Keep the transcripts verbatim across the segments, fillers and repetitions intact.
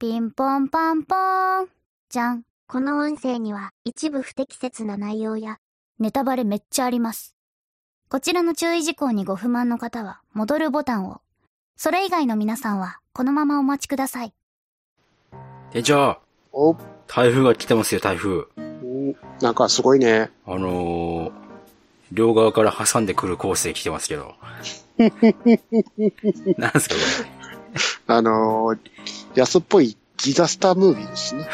ピンポンパンポーン。じゃん。 この音声には一部不適切な内容やネタバレめっちゃあります。こちらの注意事項にご不満の方は戻るボタンを。それ以外の皆さんはこのままお待ちください。 店長。 お、 台風が来てますよ、台風。 お、なんかすごいね。 あのー、両側から挟んでくるコースで来てますけど。なんすかこれ。 あのー、安っぽいディザスタームービーですね。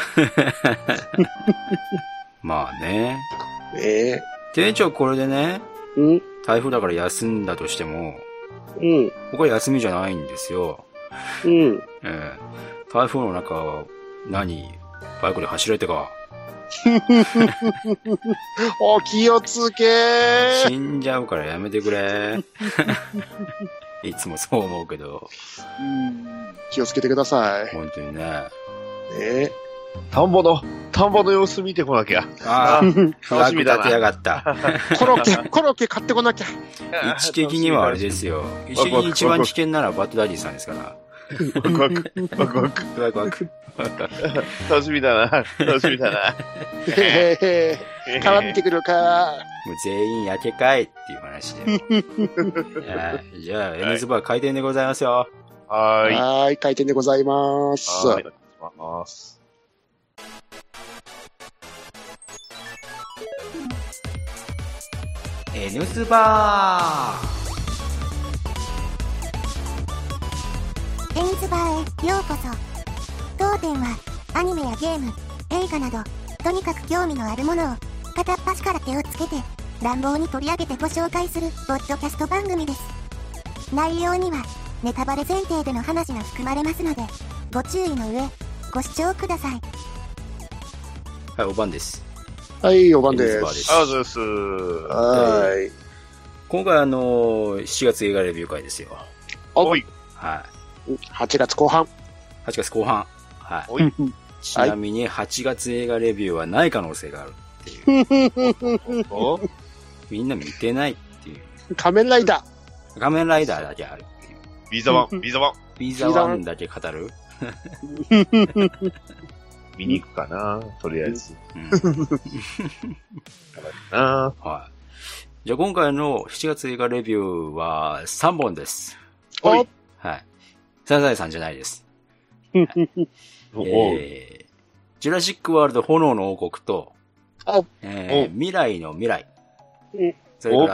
まあね。 ええー。店長これでね、 うん、 台風だから休んだとしても、 うん。 僕は休みじゃないんですよ。 うん。 ええー。台風の中、何、バイクで走れてか。 お気をつけー。 死んじゃうからやめてくれ。いつもそう思うけど。 うん、気をつけてください。 本当にね。 えー、田んぼの、田んぼの様子見てこなきゃ。 ああ、楽しみだな。立てやがった。 コロッケ、コロッケ買ってこなきゃ。 位置的にはあれですよ。一緒に一番危険ならバッドダディさんですから。 ワクワク、ワクワク、 ワクワク。 楽しみだな、楽しみだな。 へへへ、変わってくるか。 もう全員焼けかいっていう話で。いやじゃあ、エヌズバー開店でございますよ。 はーい。 はーい、開店でございます。 はい、お願いします。 エヌズバーエンズバーへようこそ。当店はアニメやゲーム、映画などとにかく興味のあるものを片っ端から手をつけて乱暴に取り上げてご紹介するポッドキャスト番組です。内容にはネタバレ前提での話が含まれますのでご注意の上ご視聴ください。 はい、おばんです。 はい、おばんです。 エヌズバーです。 あざす。 はーい。 今回あのー、しちがつ映画レビュー会ですよ。 おい。 はい。 はちがつこう半。 はちがつこう半。はい。 おい。 ちなみにはちがつ映画レビューはない可能性があるっていう。 おみんな見てないっていう。 仮面ライダー。仮面ライダーだけあるっていう。 ビザワン、ビザワン。 ビザワンだけ語る見に行くかな、とりあえず。 うん。 なはい。じゃあ今回のしちがつ映画レビューはさんぼんです。 おはい。サザエさんじゃないです。はい、えー、ジュラシックワールド炎の王国と、えー、未来の未来。それから、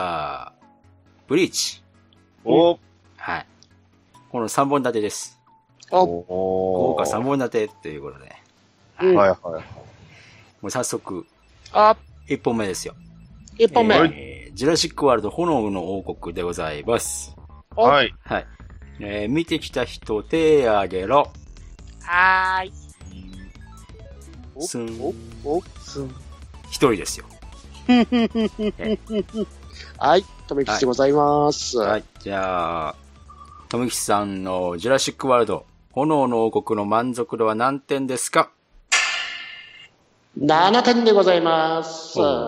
ブリーチ。 おはい。このさんぼん立てです。 お豪華さんぼん立てということで。 はい、 はいはい。 もう早速、 あいっぽんめですよ。 いっぽんめ。 えー、ジュラシックワールド炎の王国でございます。 はい。 はい。えー、見てきた人手あげろ。 はーい。 すん。 お、お、 すん。 一人ですよ。 はい、とめきちでございます。 はい、はい、じゃあ、とめきちさんのジュラシックワールド、炎の王国の満足度は何点ですか？ ななてんでございます。はい。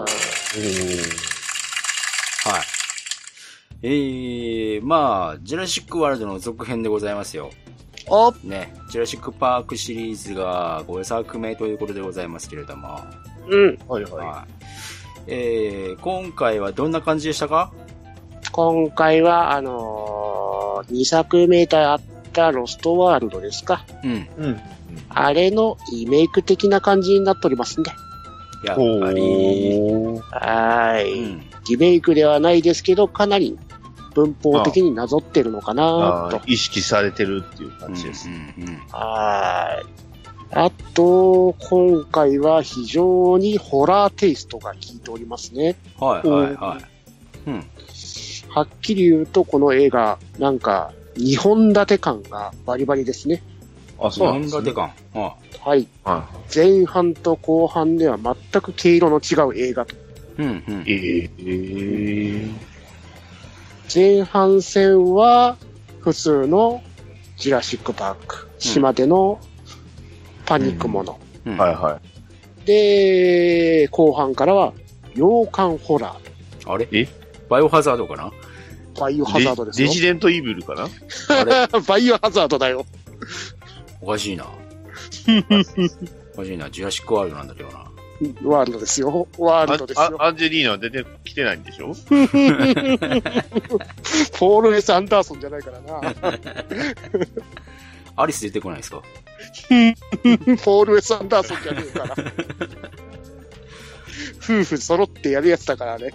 えー、まあ、ジュラシックワールドの続編でございますよ。 おね、ジュラシックパークシリーズがごさくめということでございますけれども。 うん。 はいはい。 はい、えー、今回はどんな感じでしたか？ 今回は、あのー、にさくめであったロストワールドですか？ うん。 うん。 あれのリメイク的な感じになっておりますね。 やっぱり。 はい、 うん。 リメイクではないですけど、かなり文法的になぞってるのかなと。 意識されてるっていう感じです。 うんうんうん、 はい。あと、今回は非常にホラーテイストが効いておりますね。 はいはいはい。うん。 はっきり言うと、この映画、なんか、にほん立て感がバリバリですね。 あ、そうなんですね。にほん立て感。はい。はい。前半と後半では全く毛色の違う映画と。 うんうん。 えー、えー。 前半戦は、普通のジュラシックパーク、島でのパニックもの。 うんうん、 はいはい。 で、後半からは、洋館ホラー。あれえバイオハザードかな？ バイオハザードですよ。 レジデントイーブルかな？ あれバイオハザードだよ。 おかしいな。 欲しいな、ジュラシックワールドなんだけどな。 ワールドですよ。ワールドですよ。 アンジェリーナは出てきてないんでしょポール・エス・アンダーソンじゃないからな。 アリス出てこないですか？ ポール・エス・アンダーソンじゃねえから。夫婦揃ってやるやつだからね。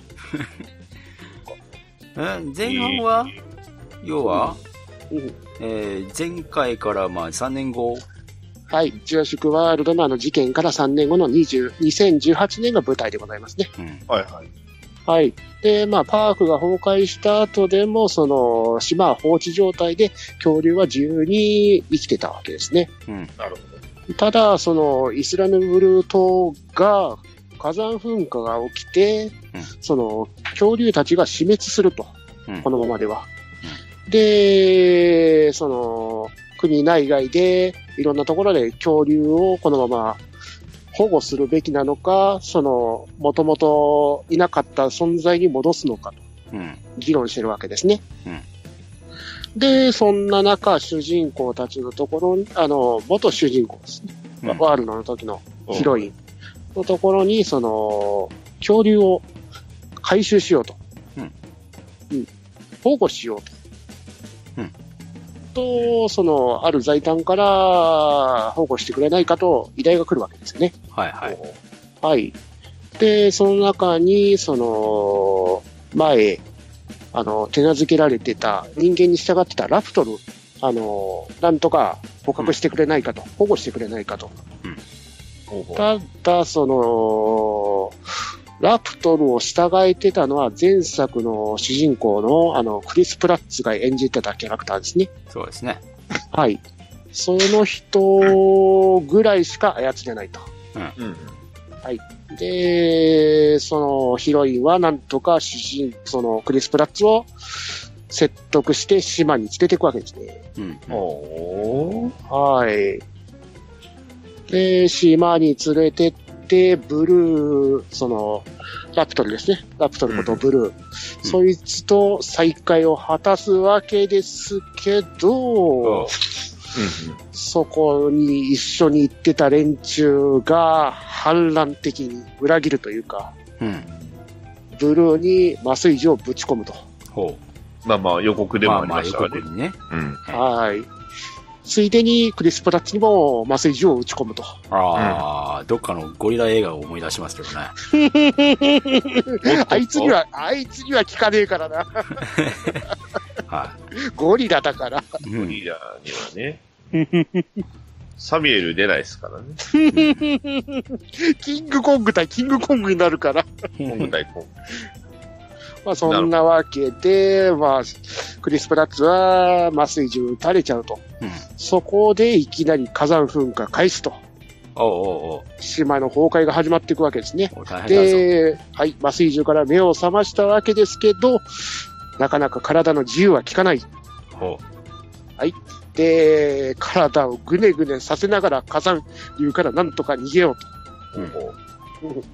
え前半は、要は、 うん、 えー、前回からまあさんねんご。 はい。ジュラシックワールドのあの事件からさんねんごのにじゅうにせんじゅうはちねんが舞台でございますね。 うん。 はいはい。 はい。で、まあ、パークが崩壊した後でも、その、島は放置状態で、恐竜は自由に生きてたわけですね。 うん。 なるほど。 ただ、その、イスラムブルー島が、火山噴火が起きて、うん、その、恐竜たちが死滅すると。うん、このままでは。うん、で、その、国内外で、いろんなところで恐竜をこのまま保護するべきなのか、その、もともといなかった存在に戻すのかと、議論してるわけですね。 うんうん、 で、そんな中、主人公たちのところに、あの、元主人公ですね。うん、ワールドの時のヒロインのところに、その、恐竜を回収しようと。うんうん、保護しようと。うんと、その、ある財団から保護してくれないかと依頼が来るわけですよね。 はいはい。 はい。で、その中に、その、前、あの、手なずけられてた、人間に従ってたラプトル、あの、なんとか捕獲してくれないかと、うん、保護してくれないかと。うん、ほうほうただ、その、ラプトルを従えてたのは前作の主人公のあのクリス・プラッツが演じてたキャラクターですね。 そうですね。 はい。その人ぐらいしか操れないと。うん。はい。で、そのヒロインはなんとか主人、そのクリス・プラッツを説得して島に連れていくわけですね。うん。おー。はい。で、島に連れてって、ブルー、その、ラプトルですね。ラプトルことブルー。うん、そいつと再会を果たすわけですけど、うん、そこに一緒に行ってた連中が反乱的に裏切るというか、うん、ブルーに麻酔銃をぶち込むと。 ほう。まあまあ予告でもありましたね。まあまあ予告にね。 うん、はい。ついでにクリス・プラッツにも麻酔銃を撃ち込むと。 ああ、うん、どっかのゴリラ映画を思い出しますけどね。 あいつには、あいつには効かねえからな。はい、ゴリラだから。 ゴリラにはね。サミュエル出ないですからね。 キングコング対キングコングになるから。 コング対コング。 まあそんなわけで、まあ、クリス・プラッツは麻酔銃撃たれちゃうと。うん、そこでいきなり火山噴火開始と。 おうおうおう島の崩壊が始まっていくわけですね。で、はい、麻酔銃から目を覚ましたわけですけど、なかなか体の自由は効かない。ほうはい。で、体をぐねぐねさせながら火山流からなんとか逃げようと。うんうん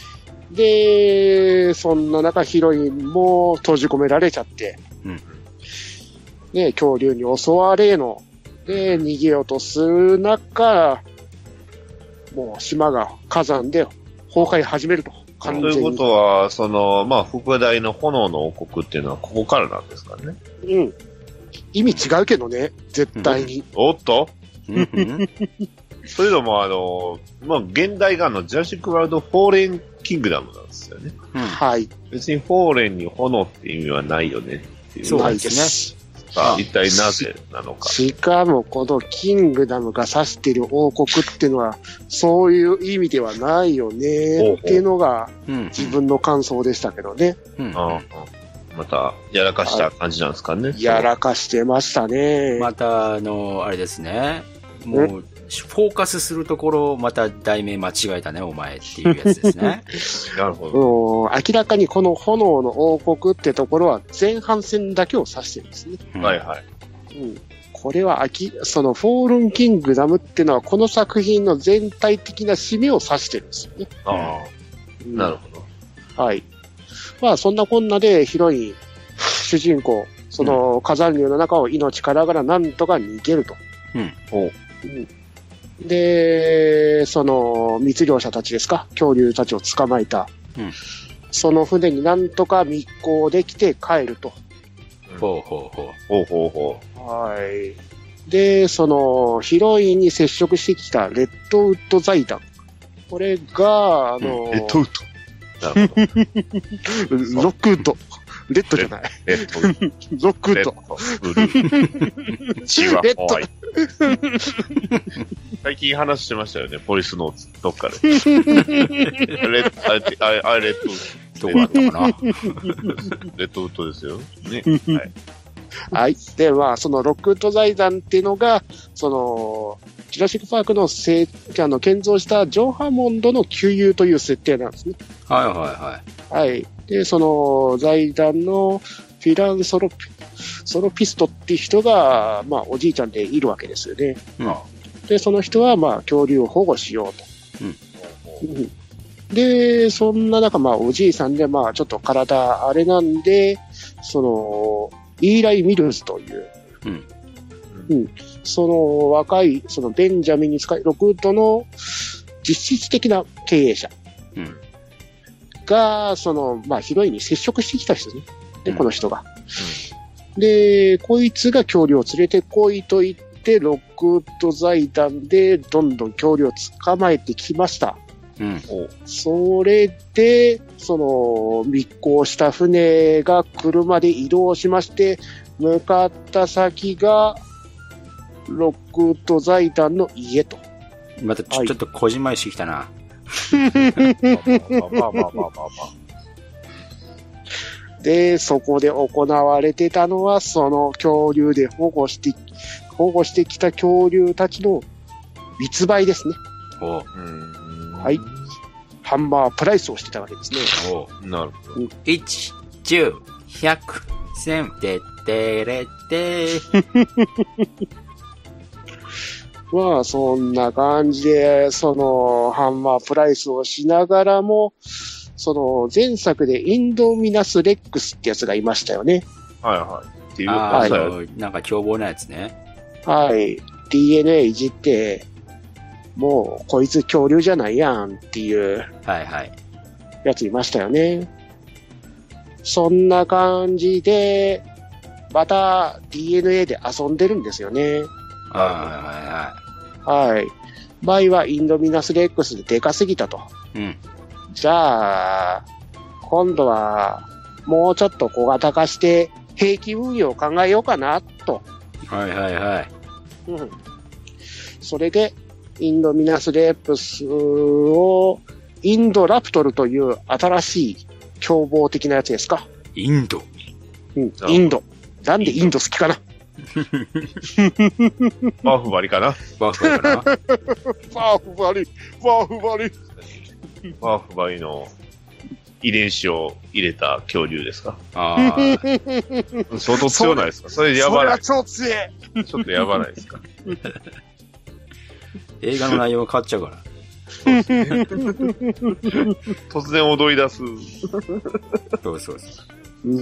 で、そんな中ヒロインも閉じ込められちゃって、うん、ね、恐竜に襲われの、で、逃げようとする中、もう島が火山で崩壊始めると。 完全に。ということは、その、まあ、副題の炎の王国っていうのはここからなんですかね。 うん。意味違うけどね、絶対に。 うん、おっとそれとも、あの、まあ、現代がのジュラシックワールドフォーレンキングダムなんですよね。 うん、はい。 別にフォーレンに炎って意味はないよねっていう。 そうですね。 さあ、一体なぜなのか。 しかも、このキングダムが指している王国っていうのは、そういう意味ではないよねっていうのが、自分の感想でしたけどね。うんうんうんまた、やらかした感じなんですかね。 やらかしてましたね。 また、あの、あれですね。もう、フォーカスするところ、また題名間違えたね、お前っていうやつですね。 なるほど。 明らかにこの炎の王国ってところは前半戦だけを指してるんですね。 うん、はいはい。 うん。これは、その、フォールンキングダムっていうのは、この作品の全体的な締めを指してるんですよね。 ああ、うん。なるほど。 はい。まあ、そんなこんなでヒロイン、主人公、その火山流の中を命からがらなんとか逃げると。うん。うん、 で、その密漁者たちですか、恐竜たちを捕まえた。うん、その船になんとか密航できて帰ると。 ほうほうほう。 ほうほうほう。はい。で、そのヒロインに接触してきたレッドウッド財団。これが、あのー、 レッドウッド。なるほど。 ロックウッド。レッドじゃない。レッド。ロックウッド。 ブルー。血はホワイト。最近話してましたよね、ポリスノーツ、どっかで。レッド、あれ、あれ、レッド。どこだったかな。 レッドウッドですよ。ね。はい。 はい。で、まあ、そのロックウッド財団っていうのが、その、ジュラシックパークのせあの建造したジョン・ハモンドの旧友という設定なんですね。 はいはいはい。はい。で、その財団のフィランソロピ、ソロピストっていう人が、まあ、おじいちゃんでいるわけですよね。うん、で、その人は、まあ、恐竜を保護しようと。うん、で、そんな中、まあ、おじいさんで、まあ、ちょっと体あれなんで、その、イーライ・ミルズという、うんうん、その若い、そのベンジャミンに使い、ロックウッドの実質的な経営者が、その、まあ、ヒロインに接触してきた人ですね。で、うん、この人が、うん。で、こいつが恐竜を連れてこいと言って、ロックウッド財団でどんどん恐竜を捕まえてきました。うん、それで、その、密航した船が車で移動しまして、向かった先が、ロックウッド財団の家と。 またちょ、はい、ちょっとこじんまりしてきたな。まあまあまあまあまあまあ。 で、そこで行われてたのは、その恐竜で保護して、保護してきた恐竜たちの密売ですね。おう。はい。ハンマープライスをしてたわけですね。 おう。なるほど。 いち、じゅう、ひゃく、せん、てってれって。 まあ、そんな感じで、その、ハンマープライスをしながらも、その、前作でインドミナスレックスってやつがいましたよね。 はいはい。っていうああ、そう、なんか凶暴なやつね。 はい。ディーエヌエー いじって、もう、こいつ恐竜じゃないやんっていう、 はいはい。 やついましたよね。そんな感じで、また ディーエヌエー で遊んでるんですよね。 はいはいはい。 はい。場合はインドミナスレックスででかすぎたと。うん。じゃあ、今度は、もうちょっと小型化して、兵器運用を考えようかな、と。 はいはいはい。 うん。それで、インドミナスレックスを、インドラプトルという新しい凶暴的なやつですか。 インド。 うん、インド。なんでインド好きかな。 バーフバリかな。 バーフバリかな。 バーフバリ、バーフバリ。 バーフバリの遺伝子を入れた恐竜ですか。 ああ。 相当強ないですか。それやばない。 それは超強い。 ちょっとやばないですか。 映画の内容が変わっちゃうから。 そうですね、突然踊り出す。 そうそうそう。 うん。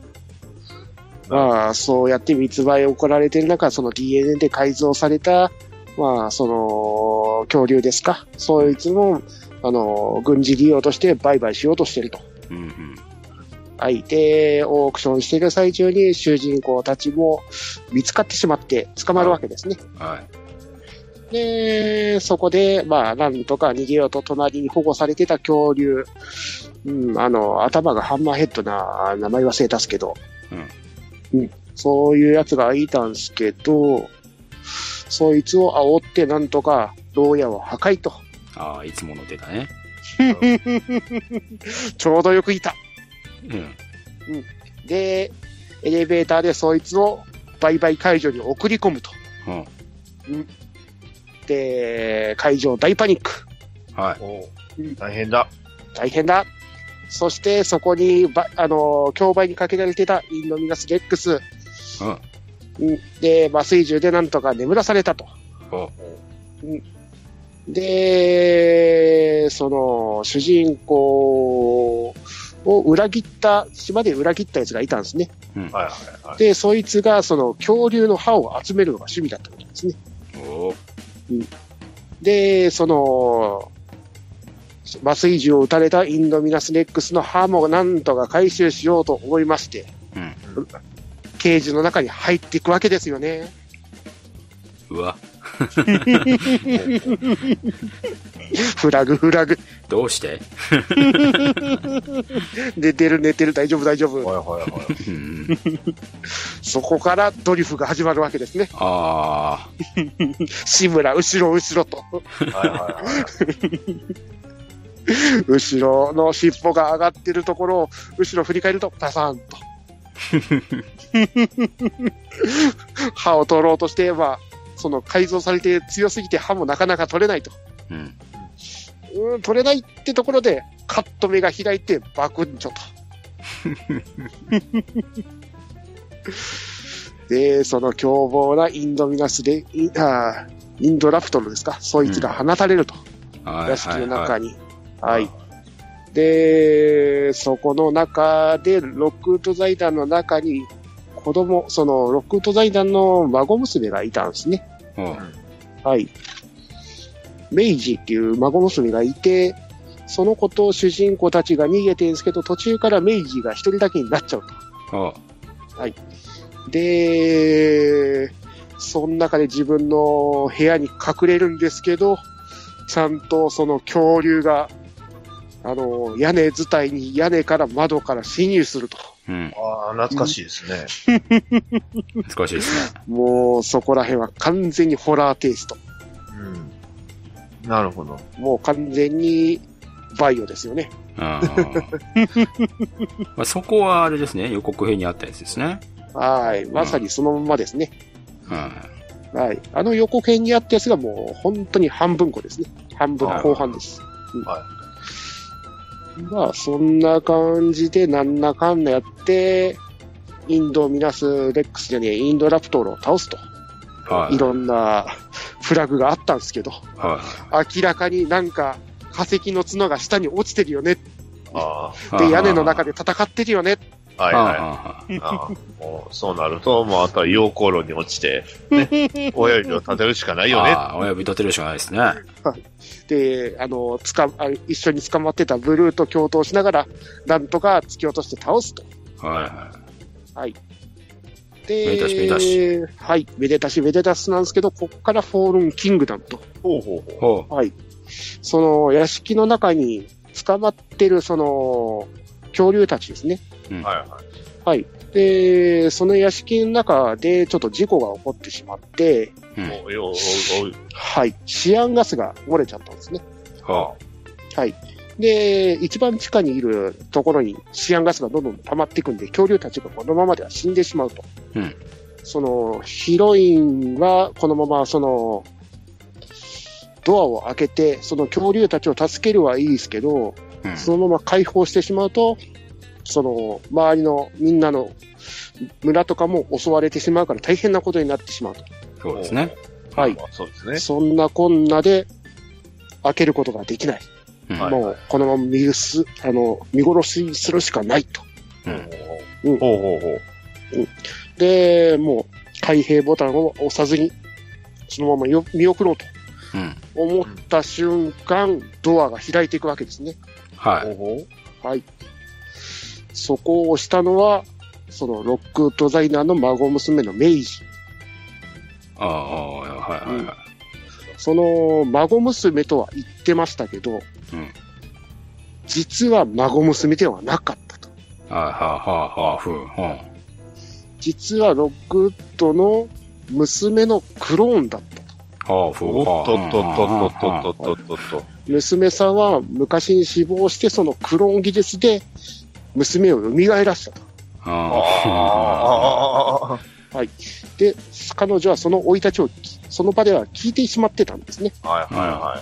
まあ、そうやって密売行われている中、その ディーエヌエー で改造された、まあ、その、恐竜ですか。そいつも、あの、軍事利用として売買しようとしていると。うんうん。はい。で、オークションしている最中に主人公たちも見つかってしまって捕まるわけですね。はい。で、そこで、まあ、なんとか逃げようと隣に保護されてた恐竜、うん、あの、頭がハンマーヘッドな、名前忘れたっすけど、うん。うん、そういうやつがいたんすけど、そいつを煽ってなんとか牢屋を破壊と。 ああ、いつもの出たね。 ちょうどよくいた。 うん。 うん。で、エレベーターでそいつを売買会場に送り込むと。うん。うん、で、会場大パニック。 はい。 おうん、大変だ。 大変だ。そしてそこに、あの、競売にかけられてたインドミナスレックス。うん。で、麻酔銃でなんとか眠らされたと。うん。で、その、主人公を裏切った、島で裏切ったやつがいたんですね。 うん、はいはいはい。 で、そいつがその恐竜の歯を集めるのが趣味だったわけですね。 おうん。 で、その、麻酔銃を撃たれたインドミナスレックスの歯もなんとか回収しようと思いまして、うん、ケージの中に入っていくわけですよね。 うわ。 フラグフラグ。 どうして寝てる寝てる大丈夫大丈夫。 はいはいはい。 そこからドリフが始まるわけですね。 ああ。 志村後ろ後ろと。はいはいはい。後ろの尻尾が上がってるところを後ろ振り返るとパサーンと。歯を取ろうとしては、その改造されて強すぎて歯もなかなか取れないと。うん。うん、取れないってところで、カッと目が開いてバクンチョと。で、その凶暴なインドミナスで、イあインドラプトルですか、そいつが放たれると。うん、屋敷の中に。はい、はいはい。で、そこの中で、ロックウッド財団の中に、子供、その、ロックウッド財団の孫娘がいたんですね。うん、はい。メイジっていう孫娘がいて、その子と主人公たちが逃げてるんですけど、途中からメイジが一人だけになっちゃうと。はい。で、その中で自分の部屋に隠れるんですけど、ちゃんとその恐竜が、あの、屋根伝いに屋根から窓から侵入すると。 うん、ああ、懐かしいですね。 懐かしいですね。 もう、そこら辺は完全にホラーテイスト。 うん。なるほど。 もう完全にバイオですよね。 あまあそこはあれですね、予告編にあったやつですね。 はい。まさにそのままですね。 うん、 はい。あの予告編にあったやつがもう本当に半分後ですね。半分後半です。うん、はい。まあ、そんな感じで、なんだかんだやって、インドミナスレックスじゃねえ、インドラプトルを倒すと。はい。いろんなフラグがあったんですけど、はい。明らかになんか化石の角が下に落ちてるよね。ああ。で、屋根の中で戦ってるよね。 はいはい。あもうそうなると、もうあとは溶鉱炉に落ちて、ね、親指を立てるしかないよね。 あ親指立てるしかないですね。はい。 で、あの、つか、一緒に捕まってたブルーと共闘しながら、なんとか突き落として倒すと。 はいはい。 はい。で、 めでたしめでたし。 はい。めでたしめでたしなんですけど、こっからフォールンキングダムと。 ほうほうほう。はい。その、屋敷の中に捕まってる、その、恐竜たちですね。 うん、はいはい。 はい。で、その屋敷の中でちょっと事故が起こってしまって、うん、おいおいおいはい。シアンガスが漏れちゃったんですね。 はあ、はい。で、一番地下にいるところにシアンガスがどんどん溜まっていくんで、恐竜たちがこのままでは死んでしまうと。うん、その、ヒロインはこのままその、ドアを開けて、その恐竜たちを助けるはいいですけど、うん、そのまま解放してしまうと、その、周りのみんなの村とかも襲われてしまうから大変なことになってしまうと。 そうですね。 はい。 そうですね。 そんなこんなで開けることができない。うん、もう、このまま見す、あの、見殺しするしかないと。うん。うん。ほうほうほう。うん。で、もう、開閉ボタンを押さずに、そのままよ見送ろうと。うん。思った瞬間、ドアが開いていくわけですね。 はい。 はい。そこを押したのは、そのロックウッドザイナーの孫娘のメイジ。 ああ、はいはいはい。うん、 その孫娘とは言ってましたけど、うん、実は孫娘ではなかったと。 はいはいはいはい、ふう、うん。 実はロックウッドの娘のクローンだったと。 はあ、ふう、 おっとっとっとっとっとっとっと。 娘さんは昔に死亡して、そのクローン技術で娘を蘇らしたと。 ああ。 はい。で、彼女はその生い立ちをその場では聞いてしまってたんですね。 はいはいはい。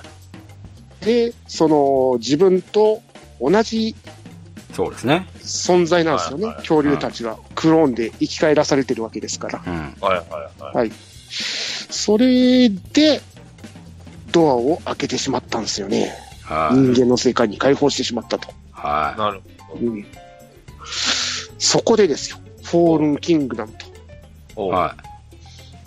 で、その自分と同じそうですね存在なんですよね。はいはいはい、恐竜たちがクローンで生き返らされてるわけですから。 うん、はいはいはい。 はい。それでドアを開けてしまったんですよね。はい、人間の世界に解放してしまったと。 はい。 なるほど。うん、 そこでですよ。フォールンキングダムと。 はい。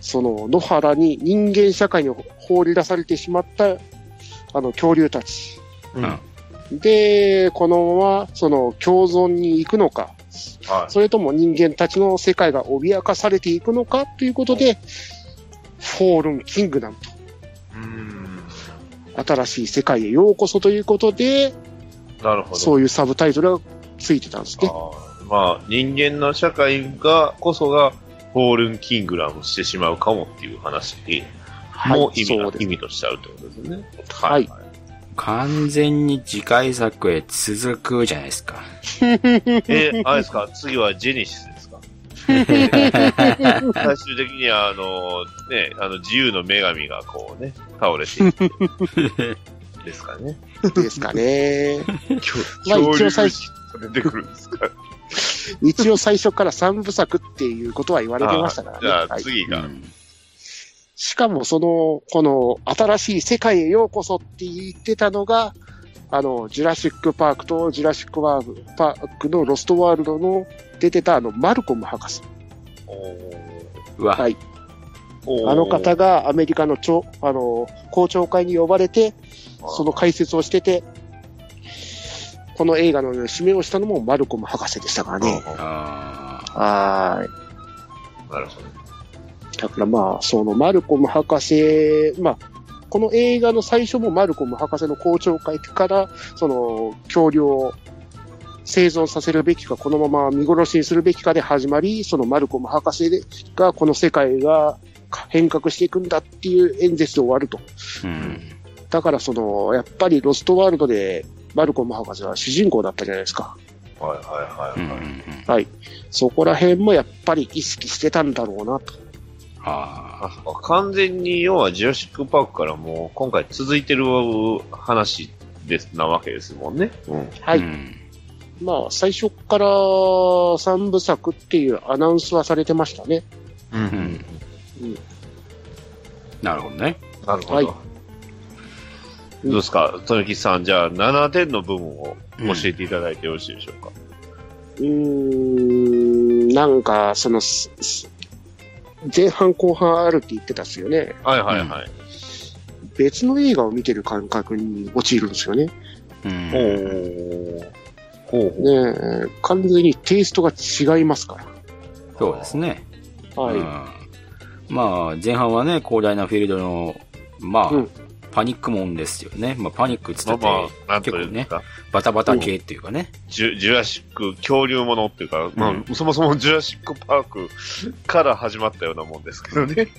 その野原に人間社会に放り出されてしまったあの恐竜たち。うん、で、このままその共存に行くのか、はい、それとも人間たちの世界が脅かされていくのかということで、フォールンキングダムと。うーん、新しい世界へようこそということで、 なるほど。 そういうサブタイトルがついてたんですね。 あ、まあ、人間の社会がこそがフォールンキングダムしてしまうかもっていう話に、はい、もう意味が、意味としてあるってことですね。 はい。はい、 完全に次回作へ続くじゃないですか。 え、あれですか、次はジェネシスですか。最終的には、あの、ね、あの、自由の女神がこうね、倒れていく。ですかね。 ですかね。 まあ一応最初、出てくるんですか。 一応最初から三部作っていうことは言われてましたからね。 じゃあ次が、はい、 しかもその、この新しい世界へようこそって言ってたのが、あの、ジュラシックパークとジュラシックワールドパークのロストワールドの出てたあの、マルコム博士。 うわ。 はい。あの方がアメリカの超、あの、公聴会に呼ばれて、その解説をしてて、この映画の締めをしたのもマルコム博士でしたからね。ああ。はい。 なるほど。 だからまあ、そのマルコム博士、まあ、この映画の最初もマルコム博士の公聴会から、その、恐竜を生存させるべきか、このまま見殺しにするべきかで始まり、そのマルコム博士がこの世界が変革していくんだっていう演説で終わると。うん、だからその、やっぱりロストワールドでマルコム博士は主人公だったじゃないですか。 はいはいはいはい。うん、 はい。そこら辺もやっぱり意識してたんだろうなと。 ああ、完全に要はジュラシックパークからもう今回続いてる話ですなわけですもんね。 うん、はい。うん、まあ最初から三部作っていうアナウンスはされてましたね。うんうん。 うん、なるほどね。 なるほど。はい、どうですか、豊木さん、じゃあななてんの部分を教えていただいてよろしいでしょうか。 うーん、なんかその前半後半あるって言ってたっすよね。 はいはいはい。 別の映画を見てる感覚に陥るんですよね。うん。ほう。ねえ、完全にテイストが違いますから。 そうですね。 はい。 うん、まあ、前半はね、広大なフィールドの、まあ、うん、パニックもんですよね。まあ、パニックって言ったって、まあ、結構ね、バタバタ系っていうかね。 ジュ、ジュラシック、恐竜ものっていうか、うん、まあ、そもそもジュラシックパークから始まったようなもんですけどね。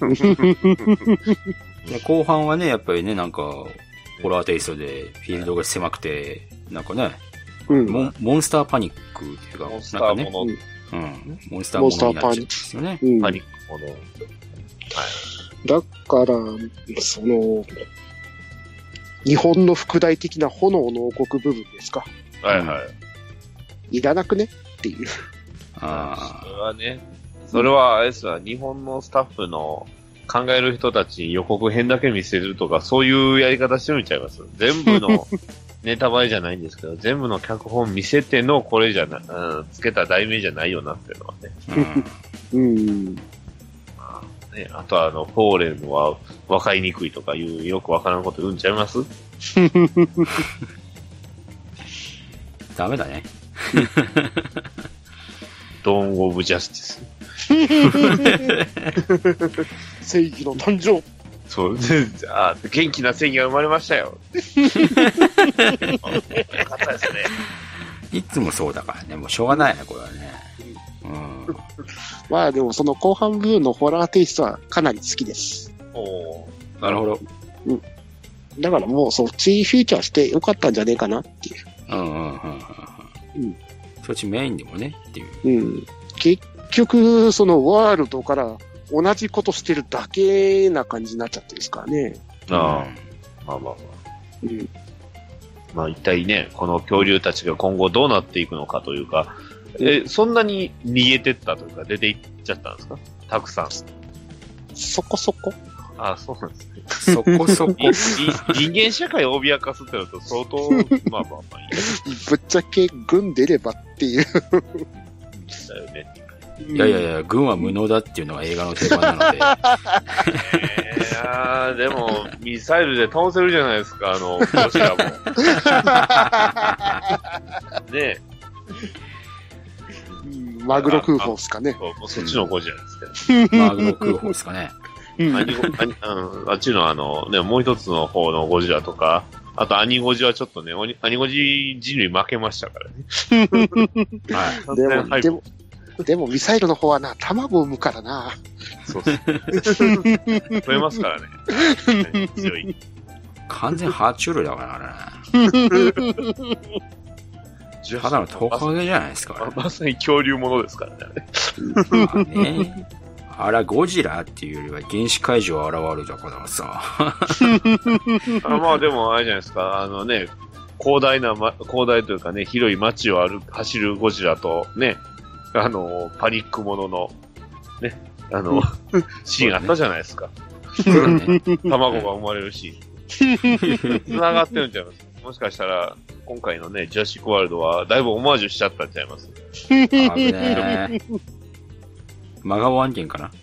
後半はね、やっぱりね、なんか、ホラーテイストで、フィールドが狭くて、なんかね、うん、モン、モンスターパニックっていうか、 モンスターもの、 なんかね、うん、モンスターものになっちゃうんですよね。 うん、パニックもの。はい。 だから、その、日本の副題的な炎の王国部分ですか。 はいはい。 いらなくねっていう。 ああ。それはね、それはあれですわ、日本のスタッフの考える人たちに予告編だけ見せるとか、そういうやり方してみちゃいます。全部のネタバレじゃないんですけど、全部の脚本見せてのこれじゃな、うん、つけた題名じゃないよなっていうのはね。うん。うんね、あとはあの、フォーレンは分かりにくいとかいうよくわからんこと言うんちゃいますダメだね。 ドーンオブジャスティス。 正義の誕生。 そう、あ元気な正義が生まれましたよ。よかったですね。 いつもそうだからね、もうしょうがないね、これはね。うん、 まあでもその後半部分のホラーテイストはかなり好きです。 おー、なるほど。 うん。だからもうそっちフィーチャーしてよかったんじゃねえかなっていう。 うんうんうんうん。うん。そっちメインでもねっていう。 うん。結局そのワールドから同じことしてるだけな感じになっちゃってですからね。 ああ、うん、まあまあまあ。うん。まあ一体ね、この恐竜たちが今後どうなっていくのかというか、え、そんなに逃げてったというか出ていっちゃったんですか？たくさん。 そこそこ。 ああ、そうなんですね。 そこそこ。 人間社会を脅かすってなると相当、まあまあまあいい。 ぶっちゃけ軍出ればっていう。 だよね。 いやいやいや、軍は無能だっていうのが映画の定番なので。 いやー、でも、ミサイルで倒せるじゃないですか、あの、ゴジラも。ねえ。 マグロ空砲ですかね。 そう、もうそっちのゴジラですけど。 マグロ空砲ですかね。 アニゴ、アニ、あっちのあの、ね、もう一つの方のゴジラとか、あとアニゴジはちょっとね、アニゴジ人類負けましたからね。 はい。でも、はい、でも、でもミサイルの方はな、卵を産むからな。 そうっす。増えますからね。強い。 完全爬虫類だからね。ただのトカゲじゃないですか、 ね。まさに恐竜ものですからね。 まあね。あら、ゴジラっていうよりは原始怪獣現るだからさ。 あまあでもあれじゃないですか、あのね、広大な、ま、広大というかね、広い街を歩走るゴジラとね、あの、パニックものの、ね、あの、シーンあったじゃないですか。ね、卵が生まれるシーン。繋がってるんちゃいます。もしかしたら、今回のね、ジュラシックワールドは、だいぶオマージュしちゃったんちゃいます。 あぶねー。真顔案件かな。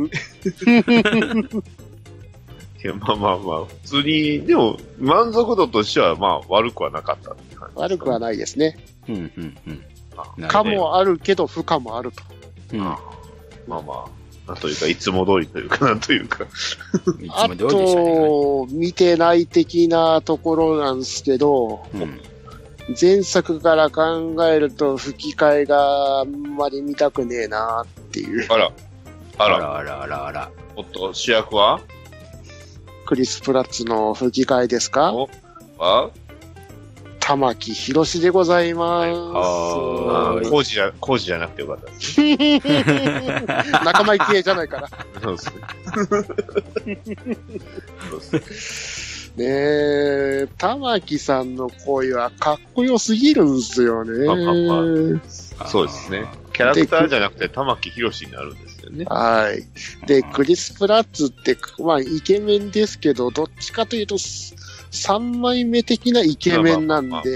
いや、まあまあまあ、普通に、でも、満足度としては、まあ、悪くはなかったって感じ。 悪くはないですね。 うん、うん、うん。 可もあるけど、不可もあると。 うん。まあまあ、なんというか、いつも通りというか、なんというか。 いつも通りでしたね。 あと、見てない的なところなんですけど、うん、前作から考えると吹き替えがあんまり見たくねえなっていう。 あら。あら。 あらあらあらあら。 おっと、主役はクリス・プラッツの吹き替えですか？ おあ玉木宏でございます。 ああ、工事じゃ、工事じゃなくてよかったです。 仲間行きじゃないから。 そうですね。そうですねえ、玉木さんの声はかっこよすぎるんですよね。まあまあまあ、そうですね。キャラクターじゃなくて玉木宏になるんですよね。 はい。で、クリス・プラッツって、まあ、イケメンですけど、どっちかというと、三枚目的なイケメンなんで、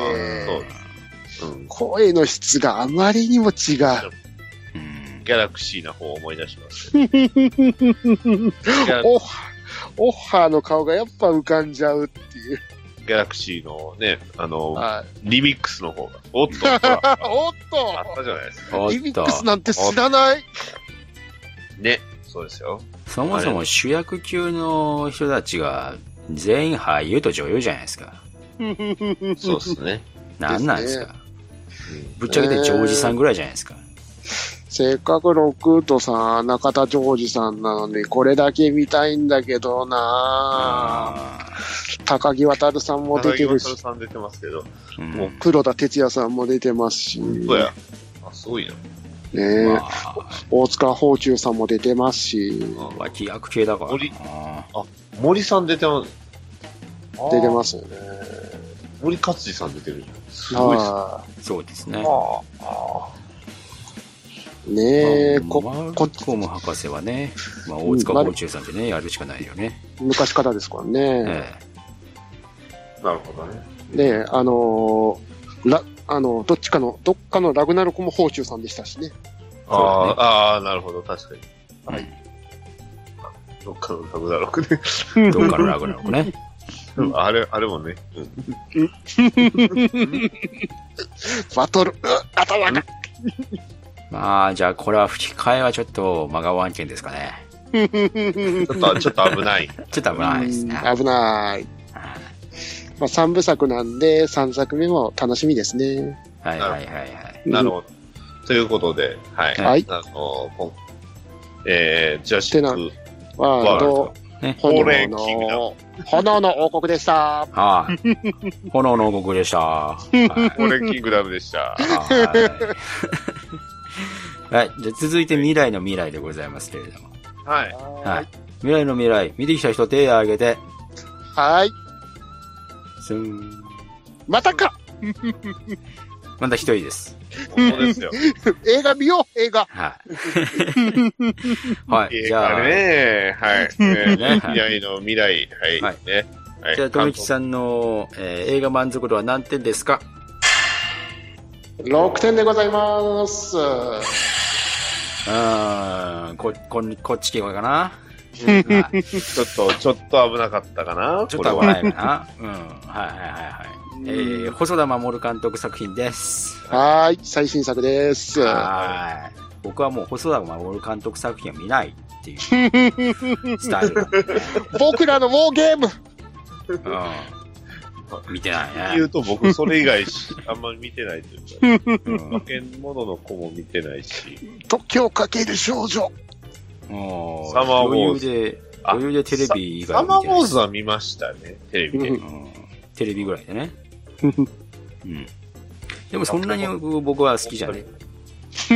声の質があまりにも違う。 ギャラクシーな方を思い出します、ね。 オッハー、オッハーの顔がやっぱ浮かんじゃうっていう。 ギャラクシーのね、あの、 はい、 リミックスの方が。おっと、 おっとあったじゃないですか。 リミックスなんて知らない。 ね、そうですよ。 そもそも主役級の人たちが全員俳優と女優じゃないですか。 そうですね。 なんなんですか。ですね、ぶっちゃけてジョージさんぐらいじゃないですか。 せっかくロクートさん、中田ジョージさんなのに、これだけ見たいんだけどなぁ。高木渡さんも出てるし。 高木渡さん出てますけど。 もう黒田哲也さんも出てますし。 そうや。あ、すごいな。 ねえ、まあ、大塚芳忠さんも出てますし。 脇役系だから。 森、あ、森さん出てます。 出てますよね。 森勝治さん出てる。すごいですね。 そうですね。 ああ。 ねえ、 こ、マルコム博士はね、まあ、大塚芳忠さんでね、やるしかないよね。 昔からですからね。 ええ、なるほどね。 で、あのー、ら、あの、どっちかの、どっかのラグナロクも芳忠さんでしたしね。 ああ、ね、ああ、なるほど、確かに。 はい。 どっかのラグナロクね。 どっかのラグナロクね。 あれ、あれもね。 うん、バトル、頭が。 まあ、じゃあこれは吹き替えはちょっと真顔案件ですかね。 ちょっと、ちょっと危ない。 ちょっと危ないですね。 危ない。まあ、三部作なんで、三作目も楽しみですね。 はいはいはいはい。 なるほど。ということで、はい。 はい。 あの、えー、ジャシックワールド、 ね、 炎の、炎の王国でした。 はい。炎の王国でした。 はい。ホーレンキングダムでした。はい。 はい。じゃあ続いて未来の未来でございますけれども。 はい。 はい。未来の未来、見てきた人手を挙げて。 はい。 すん。 またかまた一人です。 本当ですよ。 映画見よう、映画。 はい。はい。 じゃあ。ねはい。未来の未来。はい。ね。 じゃあ、とみきさんの、えー、映画満足度は何点ですか？ ろくてんでございます。 うん、こ、こ、こっち系かな。 ちょっと、ちょっと危なかったかな。 ちょっと危ないかな。うん。はいはいはいはい。えー、細田守監督作品です。 はーい、最新作です。 はい。僕はもう細田守監督作品は見ないっていうスタイルなんで、ね。 僕らのウォーゲーム。 うん。見てないね。 言うと僕それ以外あんまり見てないというか、うん、化け物の子も見てないし。 時をかける少女。 もう、 サマーウォーズ。 余裕で、余裕でテレビ以外サマーウォーズは見ましたね、テレビで。うん、 テレビぐらいでね。うん。でもそんなに僕は好きじゃない。そう。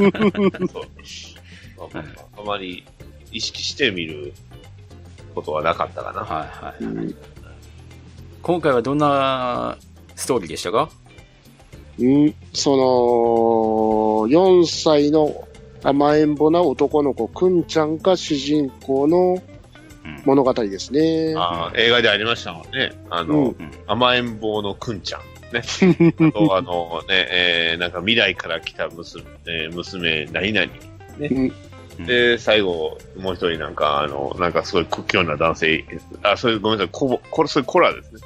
あまり意識して見ることはなかったかな。 はいはい、はい。今回はどんなストーリーでしたか？ うん、その、よんさいの甘えん坊な男の子、くんちゃんが主人公の物語ですね。 うん、あ映画でありましたもんね。あの、うん、甘えん坊のくんちゃん。ね。あと、あのね、えー、なんか未来から来た娘、えー、娘、何々。ね。うん、で、最後、もう一人なんか、あの、なんかすごい屈強な男性、あ、それごめんなさい、こ、これ、それコラですね。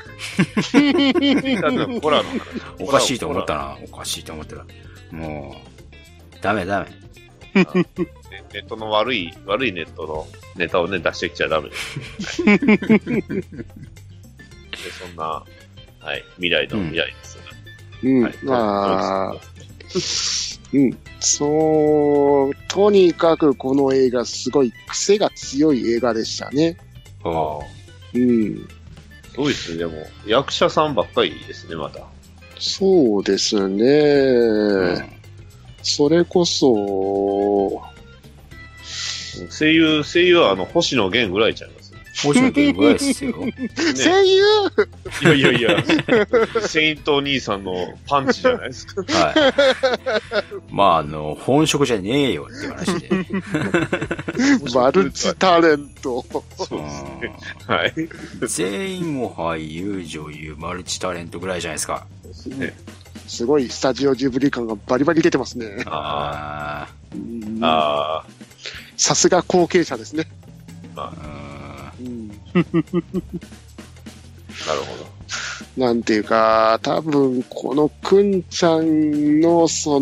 コラの話。 おかしいと思ったな。おかしいと思ったら。もう、ダメダメ。 ネットの悪い、悪いネットのネタをね、出してきちゃダメです。で、そんな、はい、未来の未来ですよね。 うん、はい、まあ、うん、そう、とにかくこの映画すごい癖が強い映画でしたね。 ああ。 うん。 すごいですね、でも、役者さんばっかりですね、また。 そうですね。うん、それこそ、 声優、声優はあの、星野源ぐらいちゃいます。 星野源ぐらいですよ。ね、 声優いやいやいや、セイント兄さんのパンチじゃないですか。はい。 まあ、あの、本職じゃねえよっていう話で。 マルチタレント。 そうですね。はい。 全員も俳優、女優、マルチタレントぐらいじゃないですか。 そうですね。 すごいスタジオジブリ感がバリバリ出てますね。 ああ。ああ。 さすが後継者ですね。 まあ。うん、なるほど。なんていうか、多分このくんちゃんのそ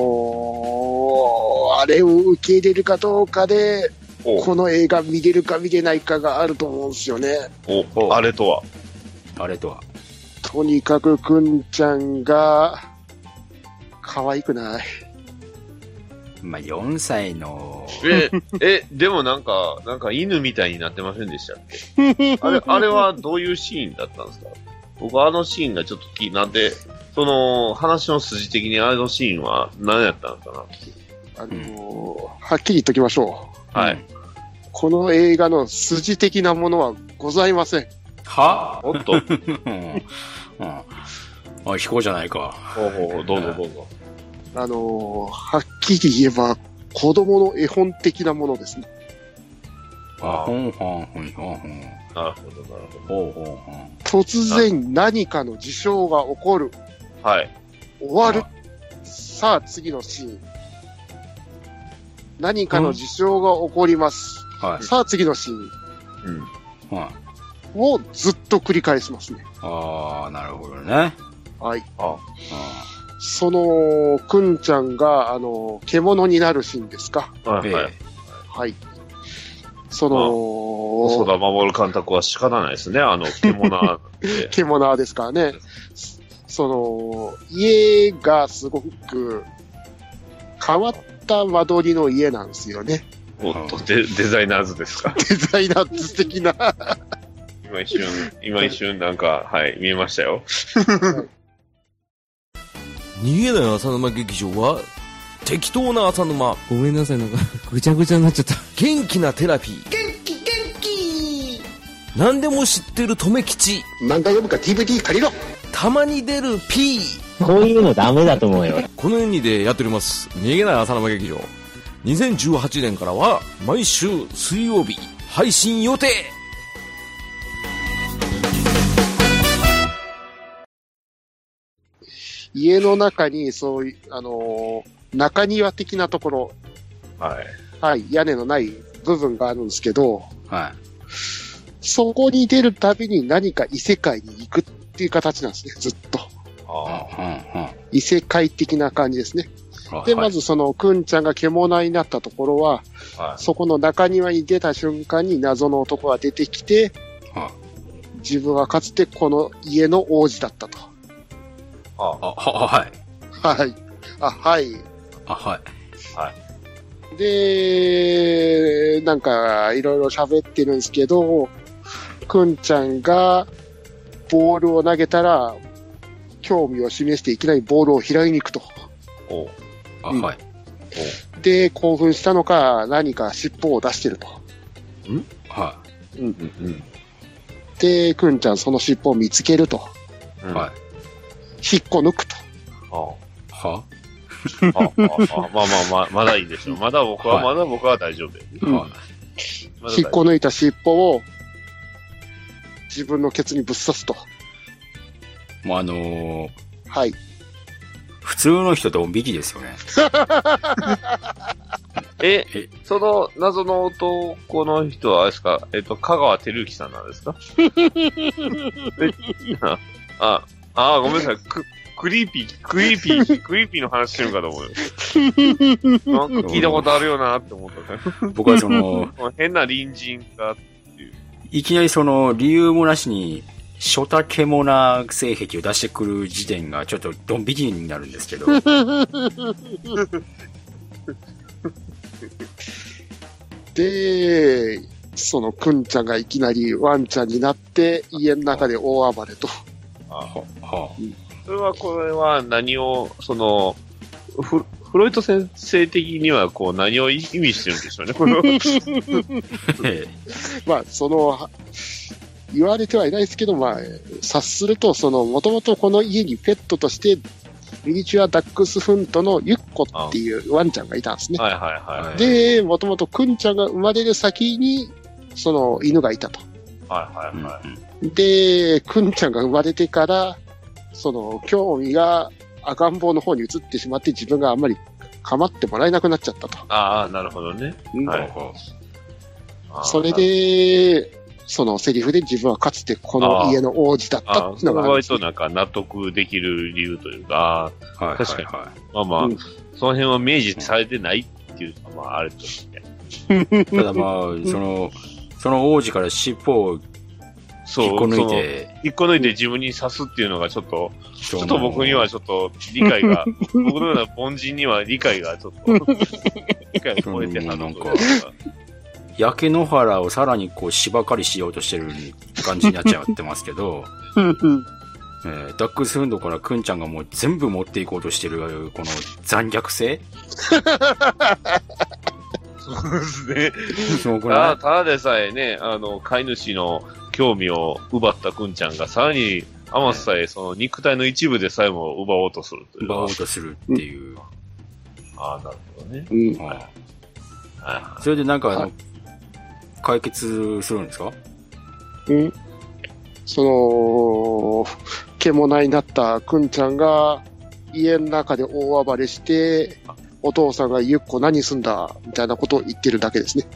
の、あれを受け入れるかどうかで、この映画見れるか見れないかがあると思うんですよね。 お、あれとはあれとはとにかくくんちゃんが、可愛くない。 まあ、よんさいの。 え、え、でもなんか、なんか犬みたいになってませんでしたっけ？あれ、あれはどういうシーンだったんですか？僕あのシーンがちょっと気になって、その、話の筋的にあのシーンは何やったのかな？あのーうん、はっきり言っときましょう。はい。 この映画の筋的なものはございません。 は？ おっと。うん。 あ、飛行じゃないか。 ほうほうほう、どうぞどうぞ。 あのー、はっきり言えば、子供の絵本的なものですね。 あ、ほんほんほんほんほん。 なるほど、なるほど。ほうほうほう。 突然何かの事象が起こる。 はい。 終わる。さあ、次のシーン。何かの事象が起こります。はい。さあ、次のシーン。 うん。はい。 をずっと繰り返しますね。 ああ、なるほどね。 はい。 ああ。 その、くんちゃんが、あの、獣になるシーンですか。 はい。はい。 はい。その、 細田守監督は仕方ないですね、あの、獣。 獣ですからね。その、家がすごく変わった間取りの家なんですよね。 おっと、デ、デザイナーズですか。 デザイナーズ的な。 今一瞬、今一瞬なんか、はい、見えましたよ。 逃げない浅沼劇場は適当な浅沼。 ごめんなさい、なんかぐちゃぐちゃになっちゃった。 元気なテラピー。 元気元気。 何でも知ってる留吉。 漫画読むか ディーブイディー 借りろ。 たまに出る P。 こういうのダメだと思うよ。 このよにでやっております逃げない浅沼劇場。にせんじゅうはちねんからは毎週水曜日配信予定。 家の中にそういう、あのー、 中庭的なところ。 はい。 はい。屋根のない部分があるんですけど、 はい。 そこに出るたびに何か異世界に行くっていう形なんですね、ずっと。 ああ。 異世界的な感じですね。で、まずその、くんちゃんが獣になったところは、はい、そこの中庭に出た瞬間に謎の男が出てきて、はい、自分はかつてこの家の王子だったと。 ああ、はい。 はい。あ、はい。 あ、はい。 はい。 で、なんか、いろいろ喋ってるんですけど、くんちゃんが、ボールを投げたら、興味を示していきなりボールを拾いに行くと。 おあ、うん、はい。 で、興奮したのか、何か尻尾を出してると。 んはい。 うんうんうん。 で、くんちゃんその尻尾を見つけると。 うん、はい。 引っこ抜くと。 はあ、はあ、ああ、まあまあまあ、まだいいでしょう。まだ僕は、はい、まだ僕は大丈夫。 うん、はい、引っこ抜いた尻尾を、自分のケツにぶっ刺すと。 もうあのー、 はい。 普通の人とドン引きですよね。 え、え、その謎の男の人はあれですか、えっと、香川照之さんなんですかえあ、あ、ごめんなさい。ク、クリーピー、クリーピー、クリーピーの話してるかと思うよ。なんか聞いたことあるよなって思ったね。 僕はその、 変な隣人がっていう。 いきなりその理由もなしに、ショタケモナ性癖を出してくる時点がちょっとドン引きになるんですけど。 で、そのくんちゃんがいきなりワンちゃんになって家の中で大暴れと。 あははうん、それはこれは何を、その、フ, フロイト先生的にはこう何を意味してるんでしょうね、これは。 まあ、その、言われてはいないですけど、まあ、察すると、その、もともとこの家にペットとして、ミニチュアダックスフントのユッコっていうワンちゃんがいたんですね。 はいはいはい。 で、もともとくんちゃんが生まれる先に、その犬がいたと。 はいはいはい。 で、くんちゃんが生まれてから、その、興味が赤ん坊の方に移ってしまって、自分があんまり構ってもらえなくなっちゃったと。 ああ、なるほどね。 うん、 はい。 それで、そのセリフで自分はかつてこの家の王子だったっていうのがあるんです、ね。 割となんか納得できる理由というか、 はい、 確かに。 はいはい、 まあまあ、うん、その辺は明示されてないっていうのはまああると思って。ただまあ、その、その王子から尻尾を引っこ抜いて。 引っこ抜いて自分に刺すっていうのがちょっと、ちょっと僕にはちょっと理解が、僕のような凡人には理解がちょっと、理解が超えてたのか。 焼け野原をさらにこう芝刈りしようとしてる感じになっちゃってますけど、えー、ダックスフンドからくんちゃんがもう全部持っていこうとしてるこの残虐性そうですね。そうこれただ、ただでさえね、あの、飼い主の興味を奪ったくんちゃんがさらに、あまさえその肉体の一部でさえも奪おうとするという。 奪おうとするっていう。うん、 ああ、なるほどね。 うんはいはい、それでなんかあの、解決するんですか？ うん。その、獣になったくんちゃんが家の中で大暴れして、お父さんがゆっこ何すんだみたいなことを言ってるだけですね。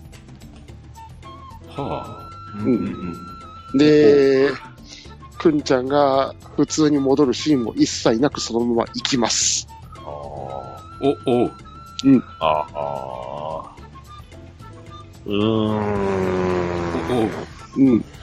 はあ。うん。で、くんちゃんが普通に戻るシーンも一切なくそのまま行きます。 ああ。 お、おう。 うん。 ああ。うーん。 うん。 う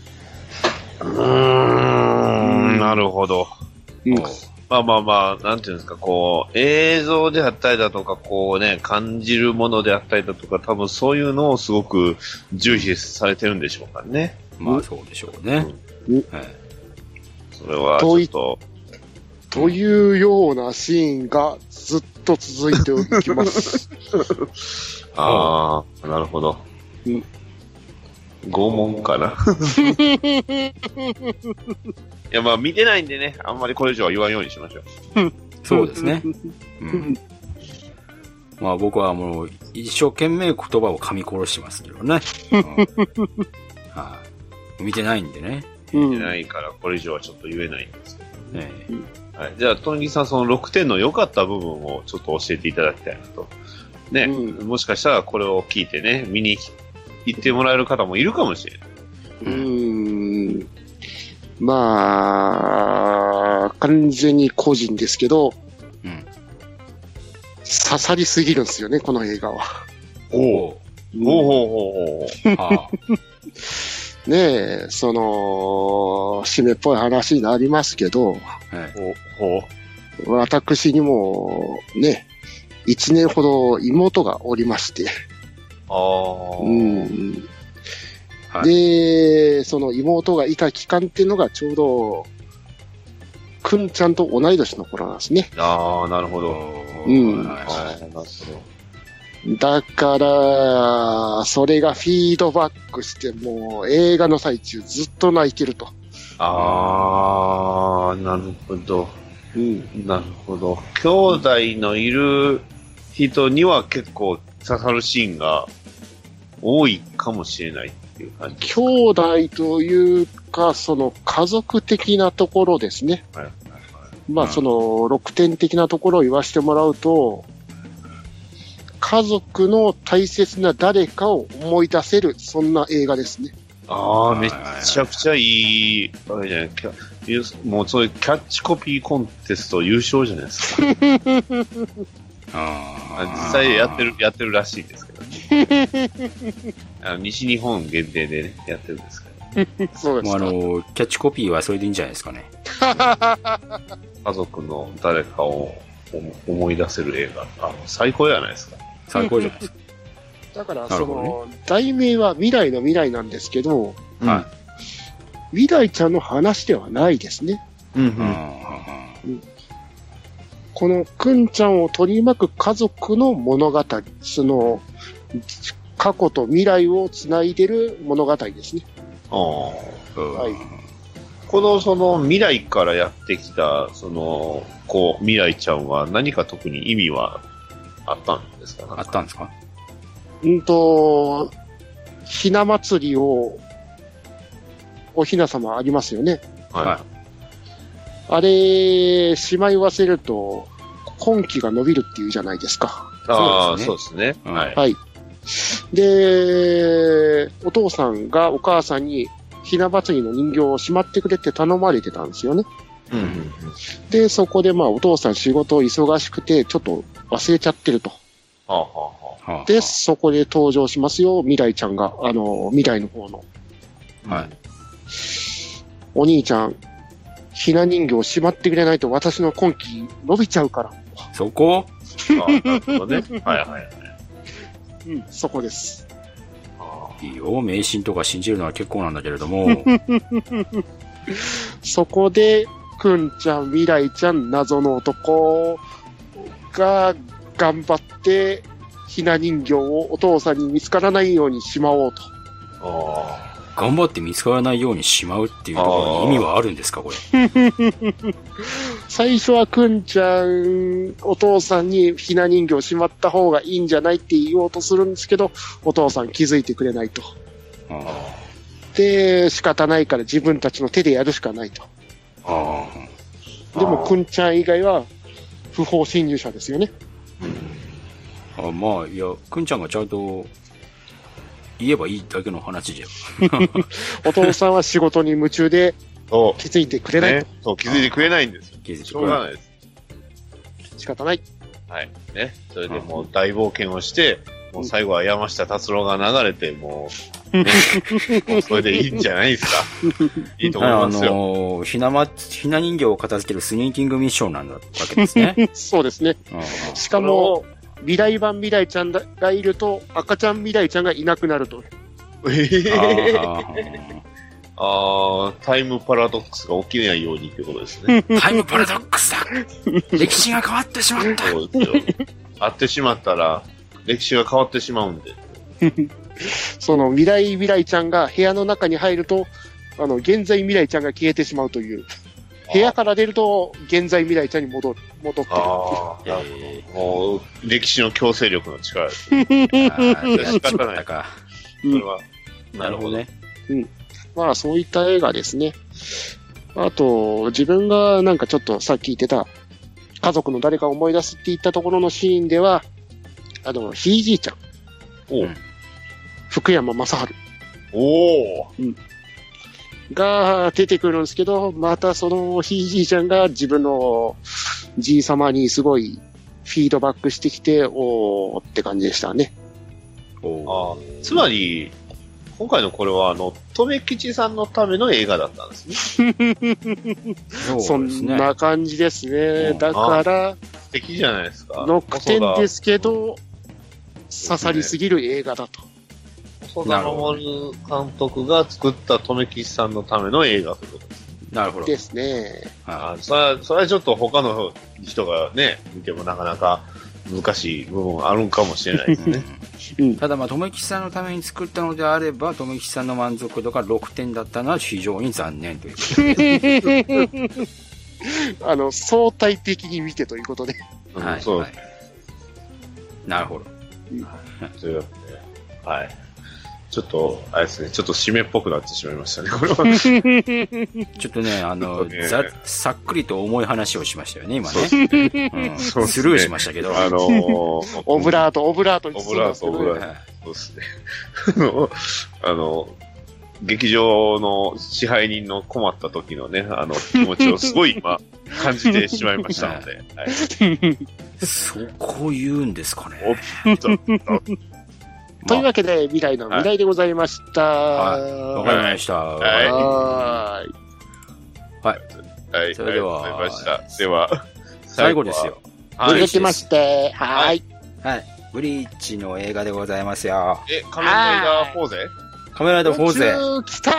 ーん。なるほど。 うん。 まあまあまあ、なんていうんですか、こう、映像であったりだとか、こうね、感じるものであったりだとか、多分そういうのをすごく重視されてるんでしょうかね。 まあそうでしょうね。 うん。 はい。 それはちょっと。 というようなシーンがずっと続いていきます。 ああ、なるほど。 うん。 拷問かな。いや、まあ見てないんでね、あんまりこれ以上は言わんようにしましょう。 そうですね。うん。まあ僕はもう一生懸命言葉を噛み殺してますけどね。うん、はい。見てないんでね。 見てないからこれ以上はちょっと言えないんですけどえーはい、じゃあ、トニーさん、そのろくてんの良かった部分をちょっと教えていただきたいなと。ね、うん、もしかしたらこれを聞いてね、見に行ってもらえる方もいるかもしれない。 うーん。まあ、完全に個人ですけど、うん、刺さりすぎるんですよね、この映画は。 おお。おおおお。 ねえ、その、締めっぽい話になりますけど、はい、おお私にも、ね、一年ほど妹がおりまして、 ああ。 うん。はい、で、その妹がいた期間っていうのがちょうど、くんちゃんと同い年の頃なんですね。 ああ、なるほど。 うん。はい、なるほど。だから、それがフィードバックして、もう映画の最中ずっと泣いてると。 ああ、なるほど。うん。なるほど。兄弟のいる人には結構刺さるシーンが多いかもしれないっていう感じ。 兄弟というか、その家族的なところですね。はいはいはい、まあ、そのろくてん的なところを言わせてもらうと、家族の大切な誰かを思い出せる、そんな映画ですね。 ああ、めちゃくちゃいい、あれじゃない、もうそういうキャッチコピーコンテスト優勝じゃないですか。あ実際やってる、やってるらしいですけどね。あの西日本限定でね、やってるんですけど。そうですか。 もうあの、キャッチコピーはそれでいいんじゃないですかね。 家族の誰かを思い出せる映画。あの最高じゃないですか。 最高じゃないですか。 だから、その、ね、題名は未来の未来なんですけど、はい、未来ちゃんの話ではないですね。うんうんうん、このくんちゃんを取り巻く家族の物語、その、過去と未来をつないでる物語ですね。 あはい、この、その、未来からやってきた、その、こう、未来ちゃんは何か特に意味はあったんですか？ あったんですか？ うんと、ひな祭りを、おひな様ありますよね。はい。あれ、しまい忘れると、婚期が伸びるっていうじゃないですか。 ああ、そうですね。 はい。はい。で、お父さんがお母さんに、ひな祭りの人形をしまってくれって頼まれてたんですよね。うんうんうん、で、そこでまあお父さん仕事忙しくて、ちょっと忘れちゃってると。はあはあはあ、で、そこで登場しますよ、未来ちゃんが、あの、未来の方の。はい。お兄ちゃん、ひな人形をしまってくれないと私の婚期伸びちゃうから。 そこあなるほどね。はいはいはい。 うん、そこです。 いいよ、迷信とか信じるのは結構なんだけれども。 そこで、くんちゃん、未来ちゃん、謎の男が頑張って、ひな人形をお父さんに見つからないようにしまおうと。 あ頑張って見つからないようにしまうっていうところに意味はあるんですか、これ。 最初はくんちゃん、お父さんにひな人形をしまった方がいいんじゃないって言おうとするんですけど、お父さん気づいてくれないと。あで、仕方ないから自分たちの手でやるしかないと。あでも、くんちゃん以外は不法侵入者ですよね。 あまあ、いや、くんちゃんがちゃんと言えばいいだけの話じゃん。 お父さんは仕事に夢中で気づいてくれないと。 ね、そう気づいてくれないんですよ。気づいてくれないです。 仕方ない。 はい。ね。それでもう大冒険をして、もう最後は山下達郎が流れて、もう、ね、もうそれでいいんじゃないですか。いいと思いますよ。あのー、ひなま、ひな人形を片付けるスニーキングミッションなんだわけですね。 そうですね。しかも、未来版未来ちゃんがいると、赤ちゃん未来ちゃんがいなくなると。 えー、ああ、タイムパラドックスが起きないようにってことですね。 タイムパラドックスだ歴史が変わってしまった。そうですよ。 会ってしまったら、歴史が変わってしまうんで。 その未来未来ちゃんが部屋の中に入ると、あの、現在未来ちゃんが消えてしまうという。部屋から出ると、現在未来ちゃんに戻る、戻ってくる。ああ、なるほど。もう、歴史の強制力の力です。ああ、仕方ないか。それは、なるほどね。 うん。まあ、そういった映画ですね。 あと、自分がなんかちょっとさっき言ってた、家族の誰かを思い出すって言ったところのシーンでは、あの、ひいじいちゃん。 お福山雅治。 おうん。が出てくるんですけど、またそのひいじいちゃんが自分のじいさまにすごいフィードバックしてきて、おーって感じでしたね。 おあつまり、今回のこれは、あの、留吉さんのための映画だったんですね。 そんな感じですね。だから、 素敵じゃないですか。 ろくてんですけど、刺さりすぎる映画だと。 細田守監督が作った留吉さんのための映画ということです。 なるほど。 ですね。 あそれは、それはちょっと他の人がね、見てもなかなか難しい部分あるんかもしれないですね。 うん、ただまあ、留吉さんのために作ったのであれば、留吉さんの満足度がろくてんだったのは非常に残念ということで。 あの、相対的に見てということで。 はい。そう、はい。 なるほど。 というわけで、はい。ちょっと、あれですね、ちょっと締めっぽくなってしまいましたね、これは。 ちょっとね、あの、ね、ざさっくりと重い話をしましたよね、今ね。ねうん、そうねスルーしましたけど。 あのー、オブラート、オブラートにオブラート、オブラート。そうですね。あの、劇場の支配人の困った時のね、あの、気持ちをすごい今、感じてしまいましたので。はい、 そこ言うんですかね。 おっとというわけで、未来の未来でございました。 はい。わ、はい、かりました。はい。 はい。 はい。はい。 それでは、 わかりました。では、 最後ですよ。 はい。続きまして、はい。 はい。ブリーチの映画でございますよ。 え、仮面ライダーフォーゼ仮面ライダーフォーゼ。 来たー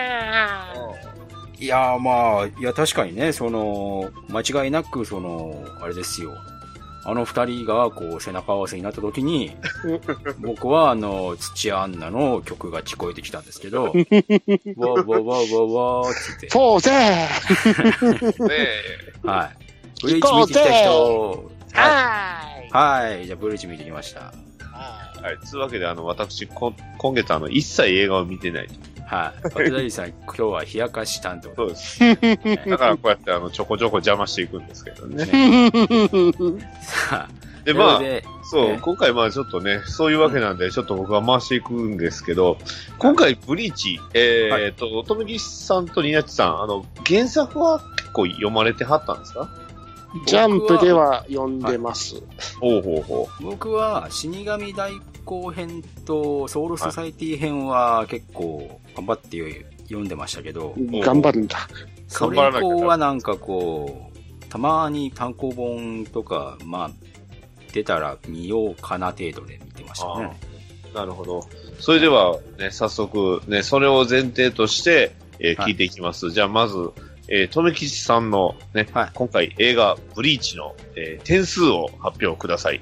いやーまあ、いや確かにね、その、間違いなく、その、あれですよ。あの二人がこう背中合わせになった時に、僕はあの、土屋アンナの曲が聞こえてきたんですけど、わーわーわーわーわーって言って。 フォーゼーはい。ブリーチ見てきた人、 はい。 はい。じゃあブリーチ見てきました。 はい。つうわけで、あの、私、こ今月あの、一切映画を見てない。 はい。渡辺さん、今日は冷やかし担当。 そうです。だからこうやってあの、ちょこちょこ邪魔していくんですけどね。ねさあ。で、まあ、そう、今回まあちょっとね、そういうわけなんで、ちょっと僕は回していくんですけど、今回ブリーチ、えーと、はい、富木さんとニナッチさん、あの、原作は結構読まれてはったんですか？ ジャンプでは読んでます。 ほうほうほう。僕は死神大行編とソウルソサイティ編は結構頑張って読んでましたけど。 頑張るんだ。 それ以降はなんかこう、たまに単行本とか、まあ、出たら見ようかな程度で見てましたね。 なるほど。それではね、早速ね、それを前提として、えー、聞いていきます。はい、じゃあまず、えー、富吉さんのね、はい、今回映画ブリーチの、えー、点数を発表ください。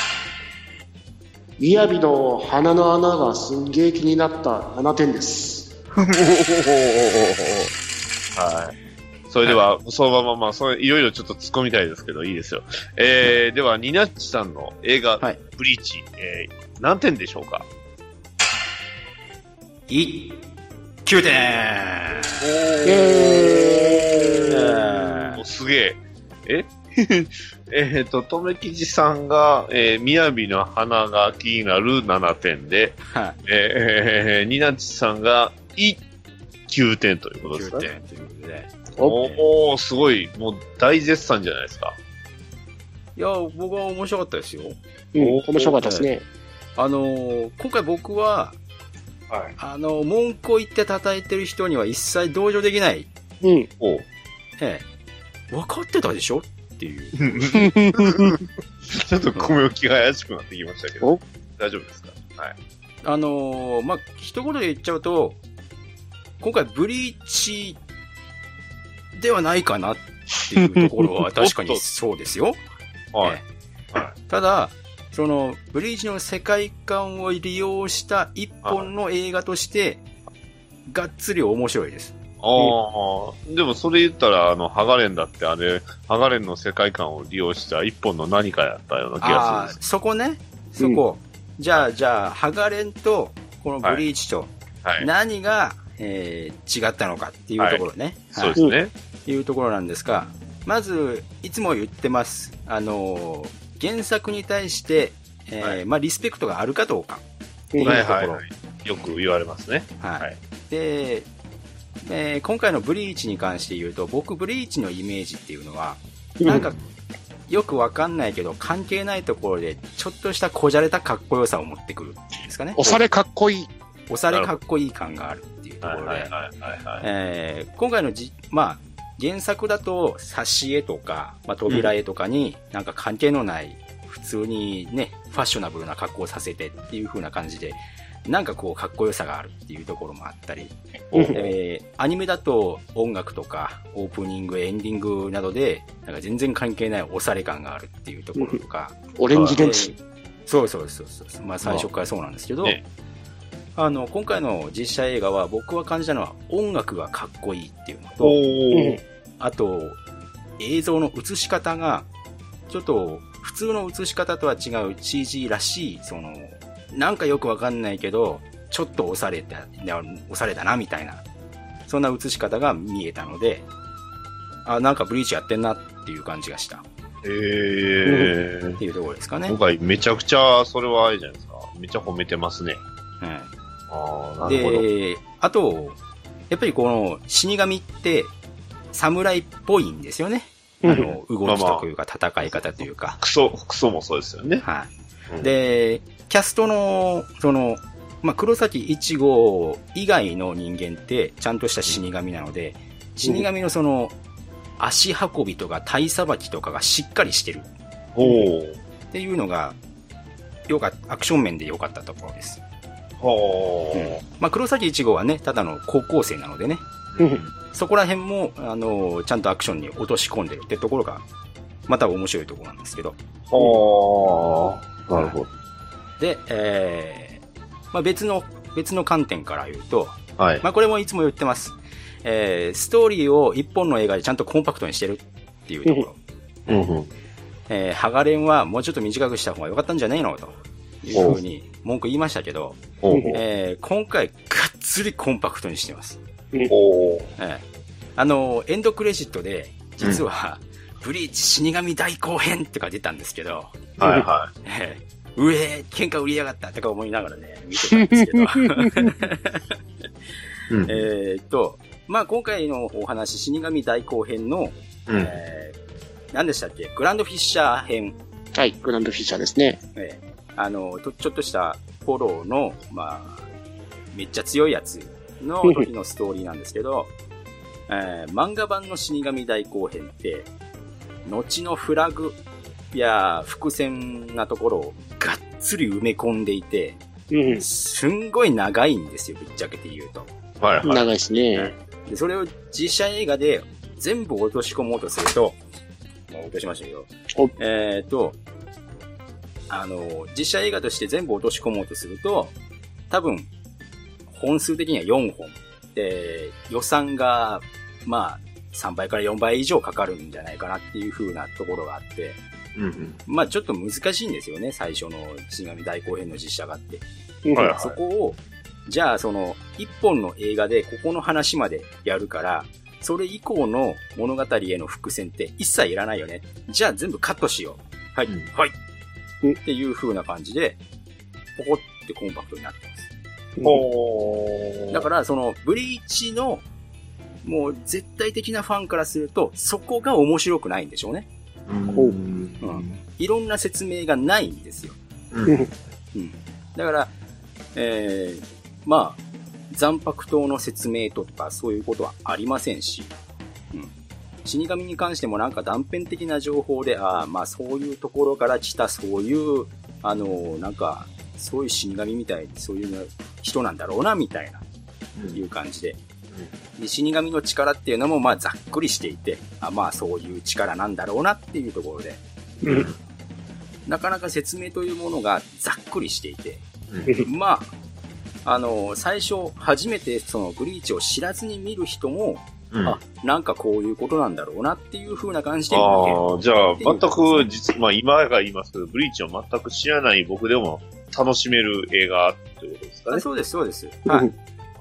みやびの鼻の穴がすんげー気になったななてんです。 はい。それでは、そのまま、まあ、それ、いろいろちょっと突っ込みたいですけど、いいですよ。えー、では、ニナッチさんの映画、はい、ブリーチ、えー、何点でしょうか？ い、きゅうてん。おー。 えー、おすげえ。ええっと、とめきちさんが、えー、みやびの花が気になるななてんで、はい、えー、ニナッチさんが、い、きゅうてんということですね。きゅうてんということで。おー、すごい、もう大絶賛じゃないですか。 いや、僕は面白かったですよ。 うん、面白かったですね。 あのー、今回僕は、はい、あのー、文句を言って叩いてる人には一切同情できない。 うん。 おええ。分かってたでしょっていう。 ちょっと米置きが怪しくなってきましたけど。大丈夫ですか？はい。 あのー、まあ、一言で言っちゃうと、今回ブリーチではないかなっていうところは確かにそうですよ。 はい。 ただ、その、ブリーチの世界観を利用した一本の映画として、がっつり面白いです。 ああ、でもそれ言ったら、あの、ハガレンだってあれ、ハガレンの世界観を利用した一本の何かやったような気がするんです。 ああ、そこね。そこ。うん、じゃあ、じゃあ、ハガレンと、このブリーチと、何がえー、違ったのかっていうところね。 はいはい、そうですね。 いうところなんですが、まず、いつも言ってます。あの、原作に対して、えーはい、まあ、リスペクトがあるかどうかっていうところ。はいはいはい、 よく言われますね。 はい。はい、で、えー、今回のブリーチに関して言うと、僕、ブリーチのイメージっていうのは、なんか、よくわかんないけど、関係ないところで、ちょっとしたこじゃれたかっこよさを持ってくるんですかね。 おしゃれかっこいい。 おしゃれかっこいい感があるっていうところで、今回のじ、まあ、原作だと、挿絵とか、まあ、扉絵とかに、なんか関係のない、普通にね、ファッショナブルな格好をさせてっていう風な感じで、なんかこう、かっこよさがあるっていうところもあったり、えー、アニメだと音楽とか、オープニング、エンディングなどで、なんか全然関係ないおしゃれ感があるっていうところとか。 オレンジ電池。 そうそうそうそう。まあ最初からそうなんですけど、ね、あの、今回の実写映画は僕は感じたのは音楽がかっこいいっていうのと、あと、映像の映し方が、ちょっと普通の映し方とは違う シージー らしい、その、なんかよくわかんないけど、ちょっと押された、押されたな、みたいな。そんな映し方が見えたので、あ、なんかブリーチやってんなっていう感じがした。 へー。 っていうところですかね。 今回めちゃくちゃ、それはあれじゃないですか。めっちゃ褒めてますね。 うん。 ああ、なるほど。 で、あと、やっぱりこの死神って、侍っぽいんですよね。あの、動きというか戦い方というか。 クソ、クソもそうですよね。 はい。うん、で、キャストの、その、まあ、黒崎一号以外の人間って、ちゃんとした死神なので、死神のその、足運びとか体さばきとかがしっかりしてる。 おっていうのが、よかった、アクション面で良かったところです。 ほー。 うん、まあ、黒崎一号はね、ただの高校生なのでね。そこら辺も、あの、ちゃんとアクションに落とし込んでるってところが、また面白いところなんですけど。 はー。なるほど。 で、えー、まあ、別の、別の観点から言うと、 はい。 まあ、これもいつも言ってます。えー、ストーリーを一本の映画でちゃんとコンパクトにしてるっていうところ。 うんうん。 えー、ハガレンはもうちょっと短くした方が良かったんじゃねえのというふうに文句言いましたけど、えー、今回がっつりコンパクトにしてます。 おー。 えー、あの、エンドクレジットで、実は、うん、ブリーチ死神大後編とか出たんですけど、 はいはい。 えー、うえー、喧嘩売りやがったとか思いながらね、見てたんですけど、うん、えっと、まあ、今回のお話、死神大後編の、うん、えー、何でしたっけ、グランドフィッシャー編。 はい、グランドフィッシャーですね。 えー、あの、と、ちょっとしたフォローの、まあ、めっちゃ強いやつの時のストーリーなんですけど、えー、漫画版の死神大後編って、後のフラグや伏線なところをがっつり埋め込んでいて、うん、すんごい長いんですよ、ぶっちゃけて言うと。 はいはい。 長いですね。 で、それを実写映画で全部落とし込もうとすると、もう落としましたけど、えっと、あの、実写映画として全部落とし込もうとすると、多分、本数的にはよんほん。で、予算が、まあ、さんばいからよんばい以上かかるんじゃないかなっていう風なところがあって、 うんうん、 まあちょっと難しいんですよね、最初の死神大後編の実写があって。 はいはい、 そこを、じゃあその、一本の映画でここの話までやるから、それ以降の物語への伏線って一切いらないよね。じゃあ全部カットしよう。はい、うん、はい。っていう風な感じで、ポコってコンパクトになってます。 おだから、その、ブリーチの、もう絶対的なファンからすると、そこが面白くないんでしょうね。 うん。 うん。いろんな説明がないんですよ。 うん。 うん。だから、えー、まあ、残白刀の説明とかそういうことはありませんし、うん。死神に関してもなんか断片的な情報で、ああ、まあそういうところから来たそういう、あの、なんか、そういう死神みたいにそういう人なんだろうな、みたいな、いう感じで。で死神の力っていうのもまあざっくりしていて、あまあそういう力なんだろうなっていうところで、 うん、 なかなか説明というものがざっくりしていて、うん、まあ、あの、最初初めてそのブリーチを知らずに見る人も、うん、あ、なんかこういうことなんだろうなっていう風な感じで見てる。 ああ、じゃあ全く実、まあ今が言いますけど、ブリーチを全く知らない僕でも楽しめる映画ってことですかね。 そうです、そうです。はい。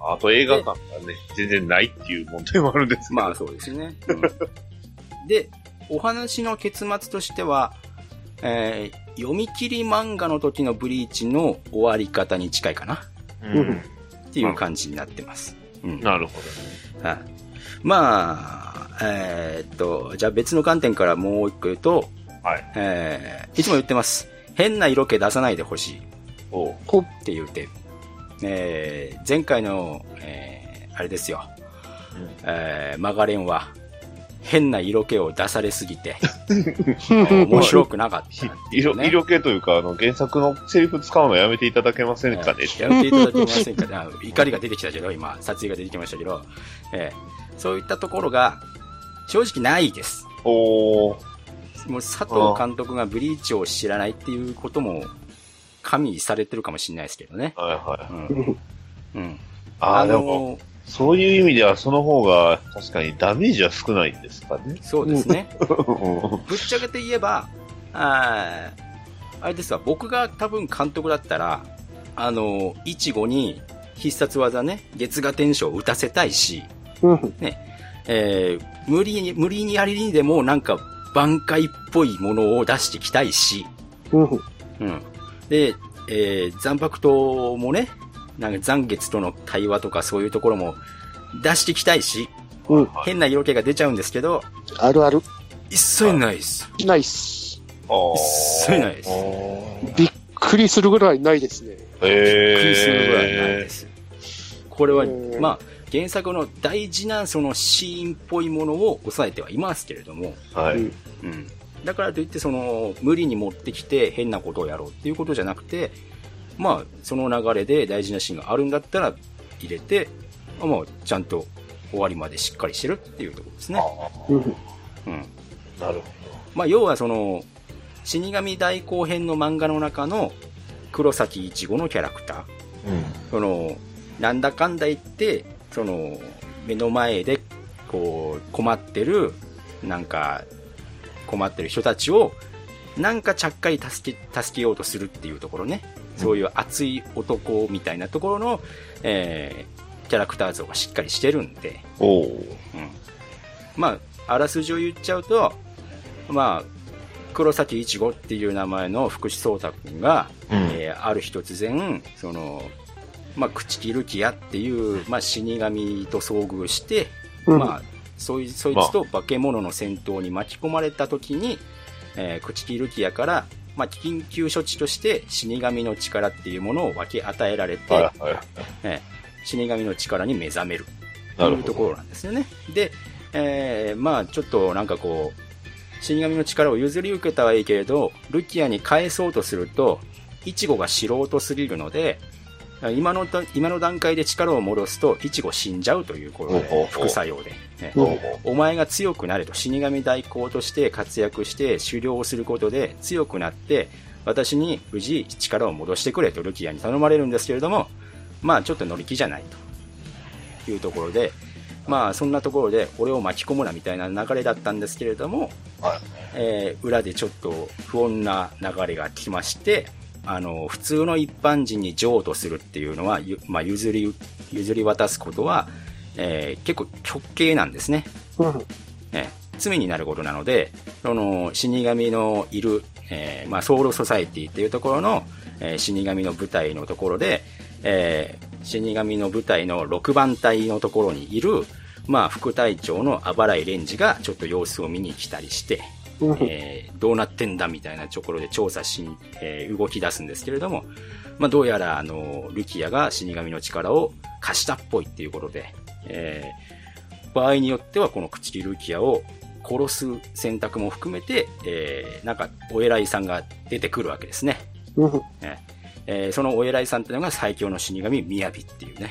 あと映画館がね、全然ないっていう問題もあるんですけど。 まあそうですね。うん、で、お話の結末としては、えー、読み切り漫画の時のブリーチの終わり方に近いかな。うん。っていう感じになってます。 うん、なるほど、ね。 はい。まあ、えー、っと、じゃあ別の観点からもう一個言うと、 はい。 えー、いつも言ってます。変な色気出さないでほしい。 おほっていう点。えー、前回の、えー、あれですよ。うん、えー、マガレンは、変な色気を出されすぎて、面白くなかった、ね、 色。色気というか、あの、原作のセリフ使うのやめていただけませんかね。 やめていただけませんかね。怒りが出てきたけど、今、撮影が出てきましたけど、えー、そういったところが、正直ないです。 おー。 もう佐藤監督がブリーチを知らないっていうことも、加味されてるかもしれないですけどね。 はいはい。 うん。うん、 ああ、でも、そういう意味ではその方が確かにダメージは少ないんですかね。 そうですね。ぶっちゃけて言えば、あ, あれですわ、僕が多分監督だったら、あの、イチゴに必殺技ね、月牙天使を打たせたいし、ね、えー、無理に、無理にやりにでもなんか挽回っぽいものを出してきたいし、うん。で、えー、残白刀もね、なんか残月との対話とかそういうところも出してきたいし、うん、変な色気が出ちゃうんですけど、 あるある。 一切ないです。 ないっす。 一切ないです。 びっくりするぐらいないですね。 びっくりするぐらいないです。これは、まあ、原作の大事なそのシーンっぽいものを抑えてはいますけれども、 はい。 うん。だからといってその無理に持ってきて変なことをやろうっていうことじゃなくて、まあその流れで大事なシーンがあるんだったら入れて、まあちゃんと終わりまでしっかりしてるっていうところですね。 うん。なるほど。 まあ要はその死神代行編の漫画の中の黒崎一護のキャラクター、うん、そのなんだかんだ言ってその目の前でこう困ってるなんか困ってる人たちをなんかちゃっかり助け助けようとするっていうところね、そういう熱い男みたいなところの、えー、キャラクター像がしっかりしてるんで、 おー、 うん、まああらすじを言っちゃうと、まあ黒崎一護っていう名前の福士蒼汰君が、うん、えー、ある日突然そのまあ朽木ルキアっていう、まあ、死神と遭遇して、うん、まあそい、そいつと化け物の戦闘に巻き込まれた時に、えー、朽木ルキアから、まあ、緊急処置として死神の力っていうものを分け与えられて、はいはい、えー、死神の力に目覚めるというところなんですよね。で、えー、まあちょっとなんかこう死神の力を譲り受けたはいいけれどルキアに返そうとするとイチゴが素人すぎるので、今の今の段階で力を戻すとイチゴ死んじゃうということで副作用で、ね、お前が強くなれと、死神代行として活躍して狩猟をすることで強くなって私に無事力を戻してくれとルキアに頼まれるんですけれども、まあちょっと乗り気じゃないというところで、まあそんなところで俺を巻き込むなみたいな流れだったんですけれども、はい、えー、裏でちょっと不穏な流れが来まして、あの普通の一般人に譲渡するっていうのは、まあ、譲り譲り渡すことは、えー、結構極刑なんですね、うんね、罪になることなので、その死神のいる、えーまあ、ソウルソサエティっていうところの、えー、死神の部隊のところで、えー、死神の部隊のろくばん隊のところにいる、まあ、副隊長のあばらいレンジがちょっと様子を見に来たりして、えー、どうなってんだみたいなところで調査し、えー、動き出すんですけれども、まあ、どうやらあのルキアが死神の力を貸したっぽいっていうことで、えー、場合によってはこの朽木ルキアを殺す選択も含めて、えー、なんかお偉いさんが出てくるわけですね、ね、えー、そのお偉いさんっていうのが最強の死神みやびっていうね、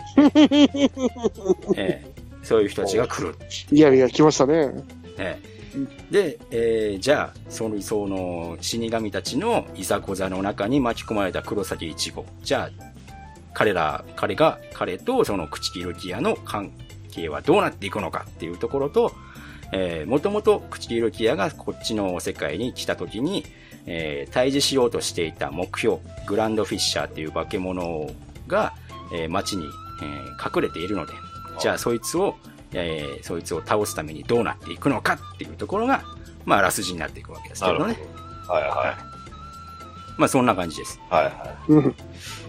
えー、そういう人たちが来る。 いやいや来ましたね、 えーで、えー、じゃあそのその死神たちのいざこざの中に巻き込まれた黒崎一護、じゃあ彼ら彼が彼とその朽木ルキアの関係はどうなっていくのかっていうところと、えー、もともと朽木ルキアがこっちの世界に来た時に、えー、退治しようとしていた目標グランドフィッシャーっていう化け物が、えー、街に、 えー、隠れているので、じゃあそいつを、えー、そいつを倒すためにどうなっていくのかっていうところが、まあ、あらすじになっていくわけですけどね。 はいはい。 まあ、そんな感じです。 はいはい。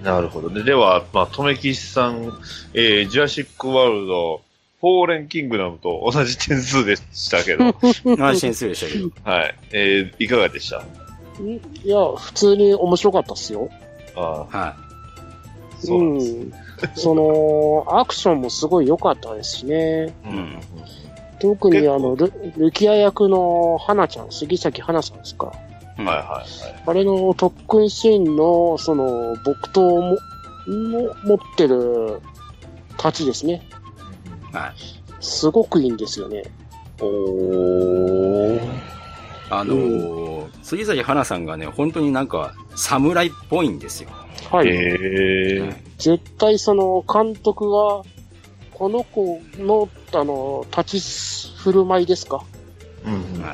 なるほどね。では、まあ、とめきちさん、えー、ジュラシックワールド、フォーレンキングダムと同じ点数でしたけど。 同じ点数でしたけど。 はい。えー、いかがでした？ いや、普通に面白かったっすよ。 ああ。 はい。 そうなんです。うん、 その、アクションもすごい良かったですしね。 うん。 特にあの、ル、ルキア役の花ちゃん、杉咲花さんですか。 はいはいはい。 あれの特訓シーンの、その、木刀も、も、持ってる、立ちですね。 はい。 すごくいいんですよね。 おー。 あのー、うん、杉咲花さんがね、本当になんか、侍っぽいんですよ。 はい。 へー。 絶対その、監督は、この子の、あの、立ち振る舞いですか、 うん、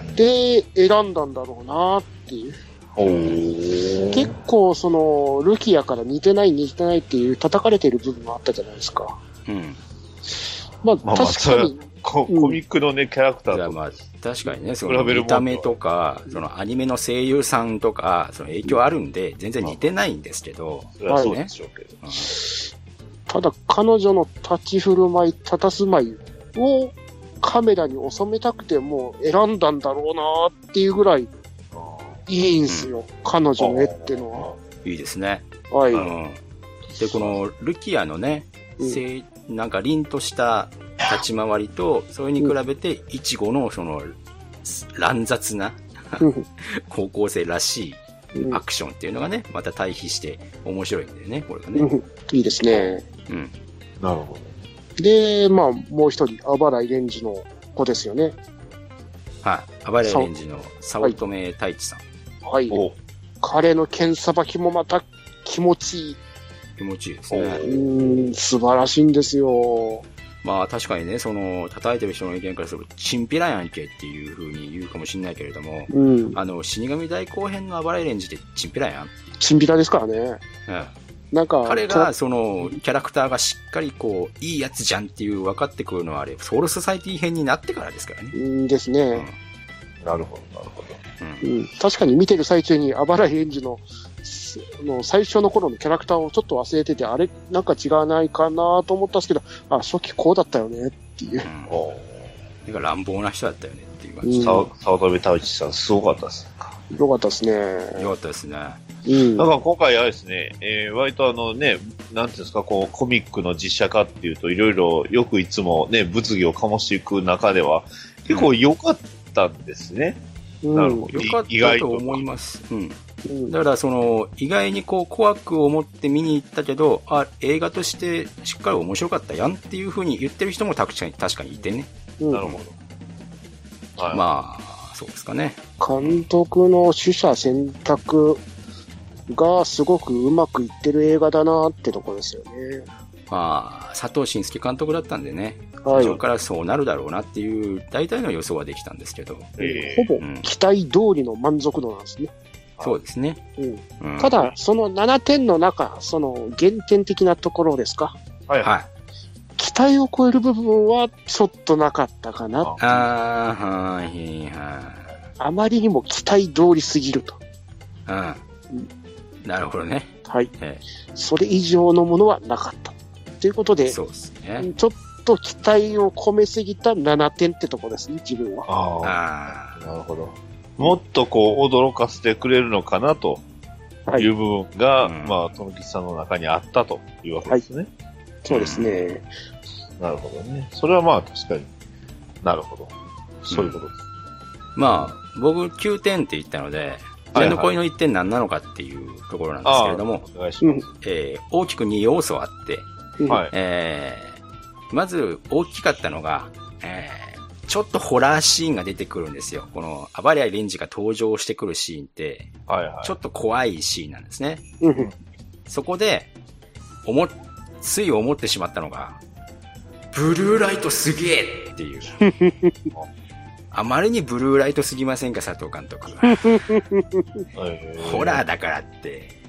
で、選んだんだろうなっていう。 おー。 結構その、ルキアから似てない似てないっていう叩かれてる部分もあったじゃないですか。 うん。 まあ、まあ、確かに。 コミックのね、うん、キャラクターと。 まあ、確かにね、その見た目とか、そのアニメの声優さんとか、その影響あるんで、全然似てないんですけど。 それはそうでしょうけど。うん、 ただ、彼女の立ち振る舞い、佇まいをカメラに収めたくても選んだんだろうなっていうぐらいいいんすよ、うん、彼女の絵っていうのは。 いいですね。 はい。 うん、で、このルキアのね、うん、なんか凛とした立ち回りと、それに比べて、イチゴのその乱雑な高校生らしいアクションっていうのがね、また対比して面白いんだよね、これがね。 うん、いいですね。 うん。 なるほど。 で、まあ、もう一人、あばらいレンジの子ですよね。 はい。あばらいレンジの早乙女太一さん。 はい。はい、彼の剣さばきもまた気持ちいい。 気持ちいいですね。 うん、素晴らしいんですよ。 まあ確かにね、その、叩いてる人の意見からすると、チンピラやんけっていう風に言うかもしれないけれども、 うん、 あの、死神大後編のあばらいレンジってチンピラやん。 チンピラですからね。 うん。 なんか、 彼が、その、キャラクターがしっかりこう、いいやつじゃんっていう分かってくるのはあれ、ソウルソサイティ編になってからですからね。 うんですね。うん、 なるほど、なるほど。 うんうん、確かに見てる最中に、あばらいレンジの、の最初の頃のキャラクターをちょっと忘れてて、あれなんか違わないかなと思ったんですけど、あ、初期こうだったよねっていう。 うん、なんか乱暴な人だったよねっていう感じ。 早乙女太一さん、すごかったですね。 よかったですね。 よかったですね。 うん。 だから今回あれですね、えー、割とあのね、なんていうんですか、こう、コミックの実写化っていうと、いろいろよくいつもね、物議を醸していく中では、結構良かったんですね。 うん、 なるほど。良かったと思います。うん。だからその意外にこう怖く思って見に行ったけど、あ、映画としてしっかり面白かったやんっていう風に言ってる人も確かに確かにいてね。 うん、 なるほど。はい、まあそうですかね。 監督の取捨選択がすごくうまくいってる映画だなってところですよね。 まあ佐藤慎介監督だったんでね。 はい、 最初からそうなるだろうなっていう大体の予想はできたんですけど、 えー、ほぼ期待通りの満足度なんですね。 そうですね。 うんうん、ただ、そのななてんの中、その原点的なところですか。 はいはい。 期待を超える部分はちょっとなかったかな。 ああ、はいはい。 あまりにも期待通りすぎると。 うん。なるほどね。 はい。 ええ、 それ以上のものはなかった。ということで、 そうですね。 ちょっと期待を込めすぎたななてんってとこですね、自分は。 ああ、なるほど。もっとこう、驚かせてくれるのかなという部分が、はい、まあ、とめきちさんの中にあったというわけですね。はい、 そうですね。 なるほどね。それはまあ、確かになるほど。そういうことです。 うん、まあ、僕きゅうてんって言ったので、全の恋のいってん何なのかっていうところなんですけれども、 お願いします。 えー、大きくに要素あって、 はい、 えー、まず大きかったのが、えーちょっとホラーシーンが出てくるんですよ。この、あばれやレンジが登場してくるシーンって、 はいはい、 ちょっと怖いシーンなんですね。 うん、 そこで、思、つい思ってしまったのが、ブルーライトすげえっていう。あまりにブルーライトすぎませんか、佐藤監督が。ホラーだからって、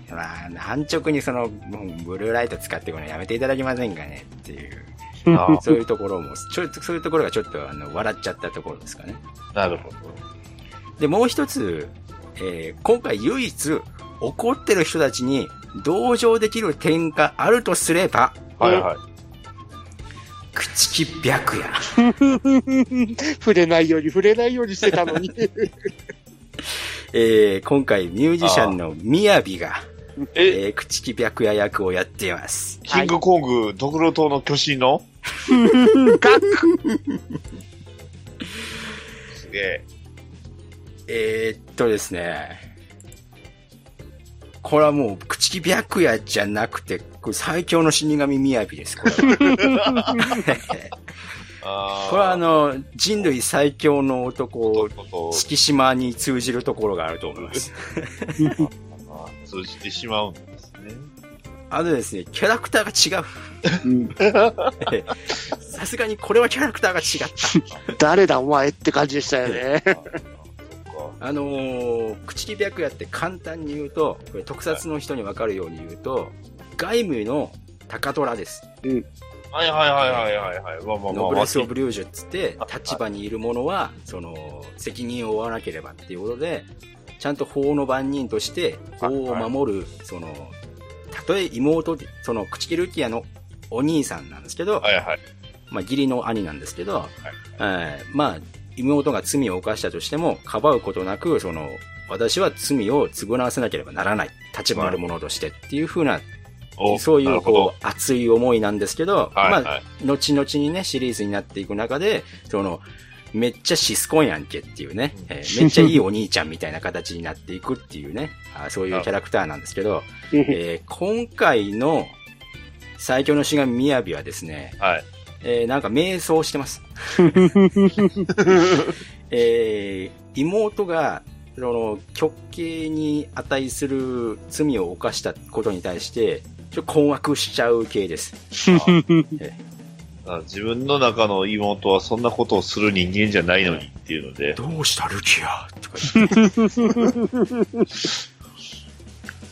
まあ、安直にその、ブルーライト使ってこのやめていただけませんかねっていう。そういうところも、ちょっと、そういうところがちょっとあの、笑っちゃったところですかね。 なるほど。 で、もう一つ、えー、今回唯一怒ってる人たちに同情できる点があるとすれば、 はいはい。 口木白夜。 触れないように触れないようにしてたのに。 えー、今回ミュージシャンのみやびが、えー、口木白夜役をやっています。 キングコング、ドクロ島の巨神のガクすげえ。 えー、っとですね。これはもう、口木白夜じゃなくて、これ最強の死神みやびです、これは。これはあの、人類最強の男、敷島に通じるところがあると思います。 通じてしまうんですね。 あのですね、キャラクターが違う。さすがにこれはキャラクターが違った。 誰だお前って感じでしたよね。 あのー、口木白夜って簡単に言うと、これ特撮の人に分かるように言うと、外務の高虎です。 うん。 はいはいはいはいはいはい。まあまあまあ。 ノブレス・オブ・リュージュっつって、立場にいる者は、その、責任を負わなければっていうことで、ちゃんと法の番人として、法を守る、その、たとえ妹、その、口木ルキアのお兄さんなんですけど、 はいはい。 まあ、義理の兄なんですけど、はいえー、まあ、妹が罪を犯したとしても、かばうことなく、その、私は罪を償わせなければならない。立場ある者としてっていう風な、そういう、こう、熱い思いなんですけど、はいはい、まあ、後々にね、シリーズになっていく中で、その、めっちゃシスコンやんけっていうね、えー、めっちゃいいお兄ちゃんみたいな形になっていくっていうね、あそういうキャラクターなんですけど、えー、今回の最強の死神みやびはですね、はいえー、なんか瞑想してます。えー、妹が、その、極刑に値する罪を犯したことに対して、ちょっと困惑しちゃう系です。 あ自分の中の妹はそんなことをする人間じゃないのにっていうので。 どうしたルキアとか言って。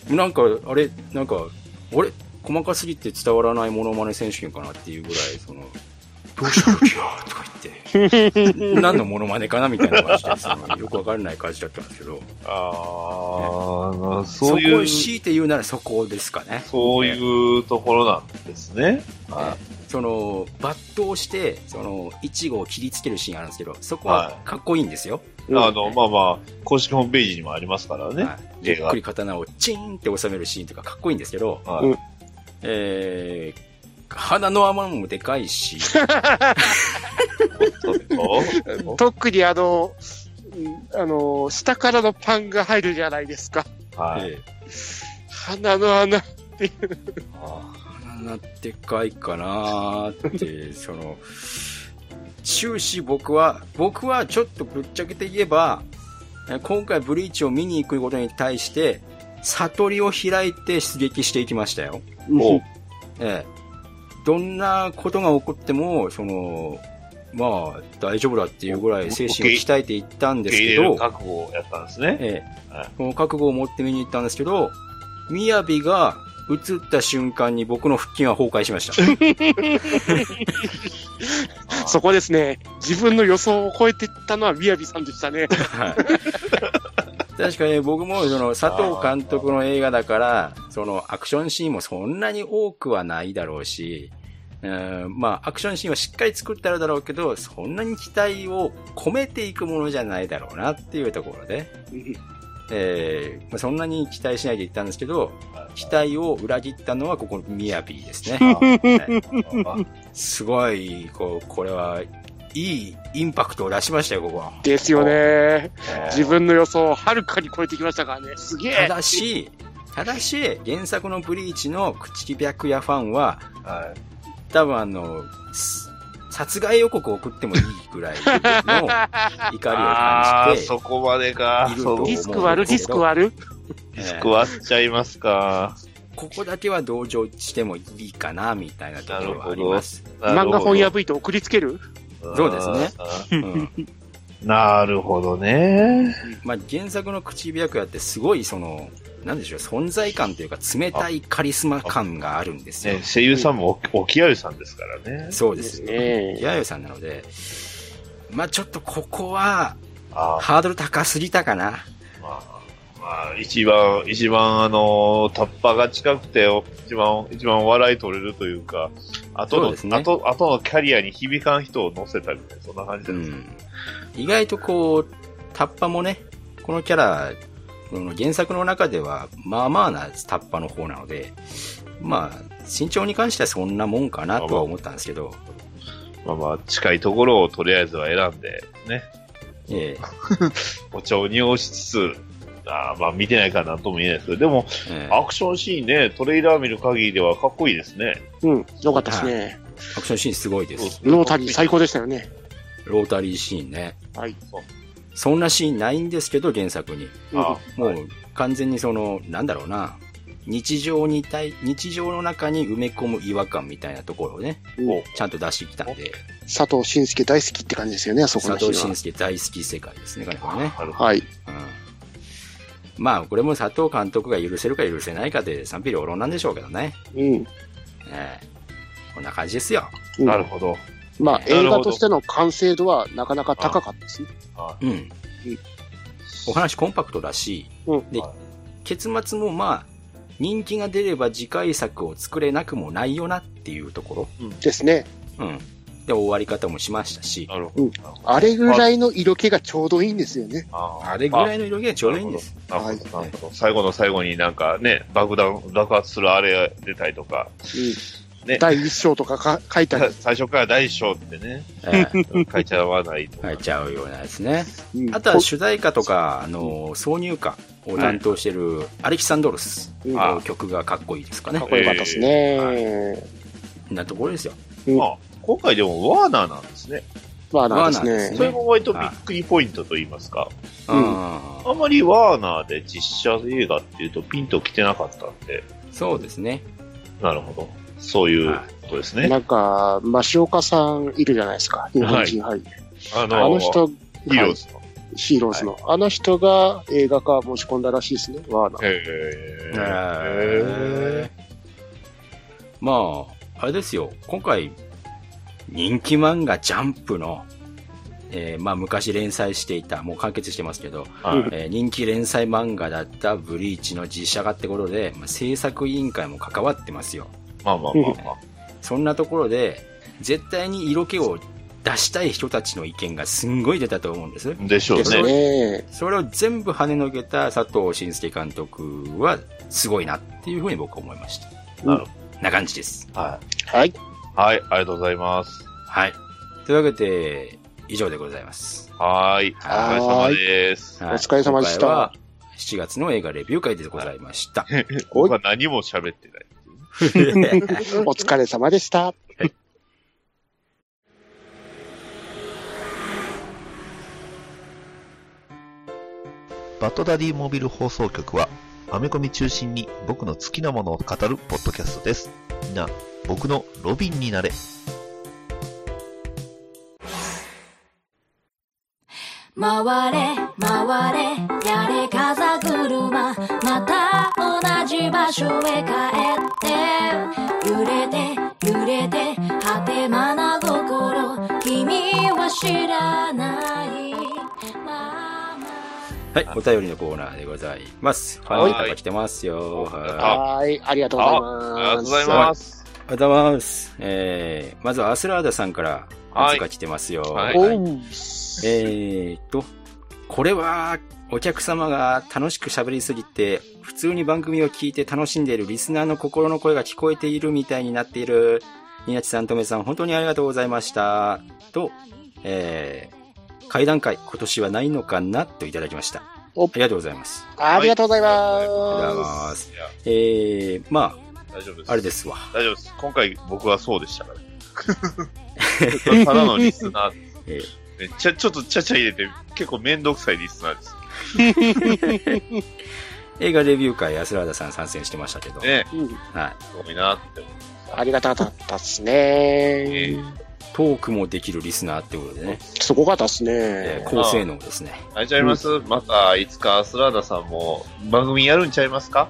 なんか、あれ、なんか、あれ細かすぎて伝わらないモノマネ選手権かなっていうぐらい、その、どうしたルキアとか言って、何のモノマネかなみたいな感じで、そのよくわからない感じだったんですけど。 ああ、ね、そういう。 そこを強いて言うならそこですかね。 そういうところなんですね。 はい、その、抜刀して、その、イチゴを切りつけるシーンあるんですけど、そこはかっこいいんですよ。 はい、あの、まあまあ、公式ホームページにもありますからね。はい、 ゆっくり刀をチーンって収めるシーンとかかっこいいんですけど、はい、えー、鼻の穴もでかいし。 特にあの、あの、下からのパンが入るじゃないですか。はい。鼻の穴っていう。 鼻のでかいかなーって、その、終始僕は、僕はちょっとぶっちゃけて言えば、今回ブリーチを見に行くことに対して、悟りを開いて出撃していきましたよ。おええ。どんなことが起こっても、その、まあ、大丈夫だっていうぐらい精神を鍛えていったんですけど、 覚悟をやったんですね。ええ。はい、この覚悟を持って見に行ったんですけど、みやびが映った瞬間に僕の腹筋は崩壊しました。 そこですね。自分の予想を超えていったのはみやびさんでしたね。はい。 確かに僕もその佐藤監督の映画だから、そのアクションシーンもそんなに多くはないだろうし、うん、まあアクションシーンはしっかり作ってあるだろうけど、そんなに期待を込めていくものじゃないだろうなっていうところで、えーまあ、そんなに期待しないでいったんですけど、期待を裏切ったのはここみやびですね。はい、すごい、こう、これはいいインパクトを出しましたよ、ここは。 ですよね、えー。自分の予想をはるかに超えてきましたからね。すげえ。 ただし、ただし、原作のブリーチの口木白夜ファンは、はい、多分あの、殺害予告を送ってもいいぐらいの怒りを感じて。ああ、 そこまでか。 ディスク割る、ディスク割るディスク割っちゃいますか。 ここだけは同情してもいいかな、みたいなところはあります。 漫画本破いて送りつけるそうですね。うん、 なるほどね。 まあ、原作の口火白夜ってすごいその、 なんでしょう、存在感というか冷たいカリスマ感があるんですよ。 ね、声優さんも沖合さんですからね。 そうですね。沖合さんなので、まあちょっとここは、ハードル高すぎたかな。 まあ、まあ、一番、一番あの、タッパが近くて、一番、一番笑い取れるというか、後の、ね、後、後のキャリアに響かん人を乗せたりね、そんな感じです、うん。 意外とこう、タッパもね、このキャラ、原作の中では、まあまあなタッパの方なので、まあ、身長に関してはそんなもんかなとは思ったんですけど。 まあまあ、近いところをとりあえずは選んで、ね。 ええ。 お茶を濁しつつ、あまあ見てないからなんとも言えないですけど、でも、ええ、アクションシーンね、トレーラー見る限りではかっこいいですね。 うん、よかったですね。はい、 アクションシーンすごいです。 ロータリー最高でしたよね。 ロータリーシーンね。 はい。 そんなシーンないんですけど、原作に。うん、もう、完全にその、なんだろうな、日常に対、日常の中に埋め込む違和感みたいなところをね、うん、ちゃんと出してきたんで。 佐藤慎介大好きって感じですよね、あそこの佐藤慎介大好き世界ですね、これね。 はい。うん。 まあ、これも佐藤監督が許せるか許せないかで賛否両論なんでしょうけどね。 うん。 ねえ。こんな感じですよ。 うん、なるほど。 まあ、映画としての完成度はなかなか高かったですね。 うん。うん。お話コンパクトだし、うん、で、結末もまあ、人気が出れば次回作を作れなくもないよなっていうところ。 うん、ですね。 うん。で、終わり方もしましたし。 なるほど。うん、あれぐらいの色気がちょうどいいんですよね。 あ, あれぐらいの色気がちょうどいいんです。 はい。最後の最後になんかね、爆弾、爆発するあれ出たりとか。 うんね、第一章とかか書いてある。 最初から第一章ってね、えー、書いちゃわないと。 書いちゃうようなですね。うん、あとは主題歌とか、あの、挿入歌を担当してるアレキサンドロスの曲がかっこいいですかね。 かっこよかったですね。 えー、なところですよ。 うん、あ今回でもワーナーなんですね。 ワーナーですね。ですねそれも割とびっくりポイントと言いますか。うん、あんまりワーナーで実写映画っていうとピンと来てなかったんで。 そうですね。 なるほど。そういうことですね。はい、 なんか、増岡さんいるじゃないですか。日本人俳優。はい、 あのー、 あの人、 ヒーローズの。 はい、ヒーローズの、はい。あの人が映画化申し込んだらしいですね、ワーナー。 へー。へー。まあ、あれですよ。今回、人気漫画ジャンプの、えー、まあ昔連載していた、もう完結してますけど、はいえー、人気連載漫画だったブリーチの実写化ってことで、まあ、制作委員会も関わってますよ。 まあまあまあまあ。 そんなところで、絶対に色気を出したい人たちの意見がすんごい出たと思うんです。 でしょうね。それ、 それを全部跳ねのけた佐藤慎介監督はすごいなっていうふうに僕は思いました。 なるほど。 な感じです。 はい。はい。 はい、ありがとうございます。 はい。というわけで、以上でございます。 はい。お疲れ様です。 お疲れ様でした。 しちがつの映画レビュー会でございました。 僕は何も喋ってない。 お疲れ様でした。 バッドダディモビル放送局はアメコミ中心に僕の好きなものを語るポッドキャストです。みんな僕のロビンになれ。 回れ回れやれ風車また同じ場所へ帰って揺れて揺れて果てまな心君は知らないはい、お便りのコーナーでございます。ファンレターが来てますよ。 はい、ありがとうございます。 ありがとうございます。 ありがとうございます。えー、まずはアスラーダさんからおつか来てますよ。はい。はい、えーと、これはお客様が楽しく喋りすぎて、普通に番組を聞いて楽しんでいるリスナーの心の声が聞こえているみたいになっている。ニナチさん、トメさん、本当にありがとうございました。と、えー、会談会、今年はないのかなといただきました。ありがとうございます。 ありがとうございます。ありがとうございます。えー、まあ、 大丈夫です。 あれですわ。 大丈夫です。今回僕はそうでしたから。ただのリスナー。えーめっちゃ、ちょっとちゃちゃ入れて、結構めんどくさいリスナーです。 映画レビュー会、安田さん参戦してましたけど。 ね、 はい。 すごいなって思います。 ありがたかったですね、 えー。 トークもできるリスナーってことでね。 すごかったですね、 えー。高性能ですね。 あれちゃいます、うん、また、いつかスラーダさんも番組やるんちゃいますか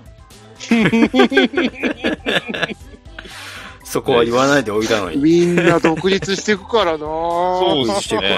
そこは言わないでおいたのに。 みんな独立していくからなそうですね。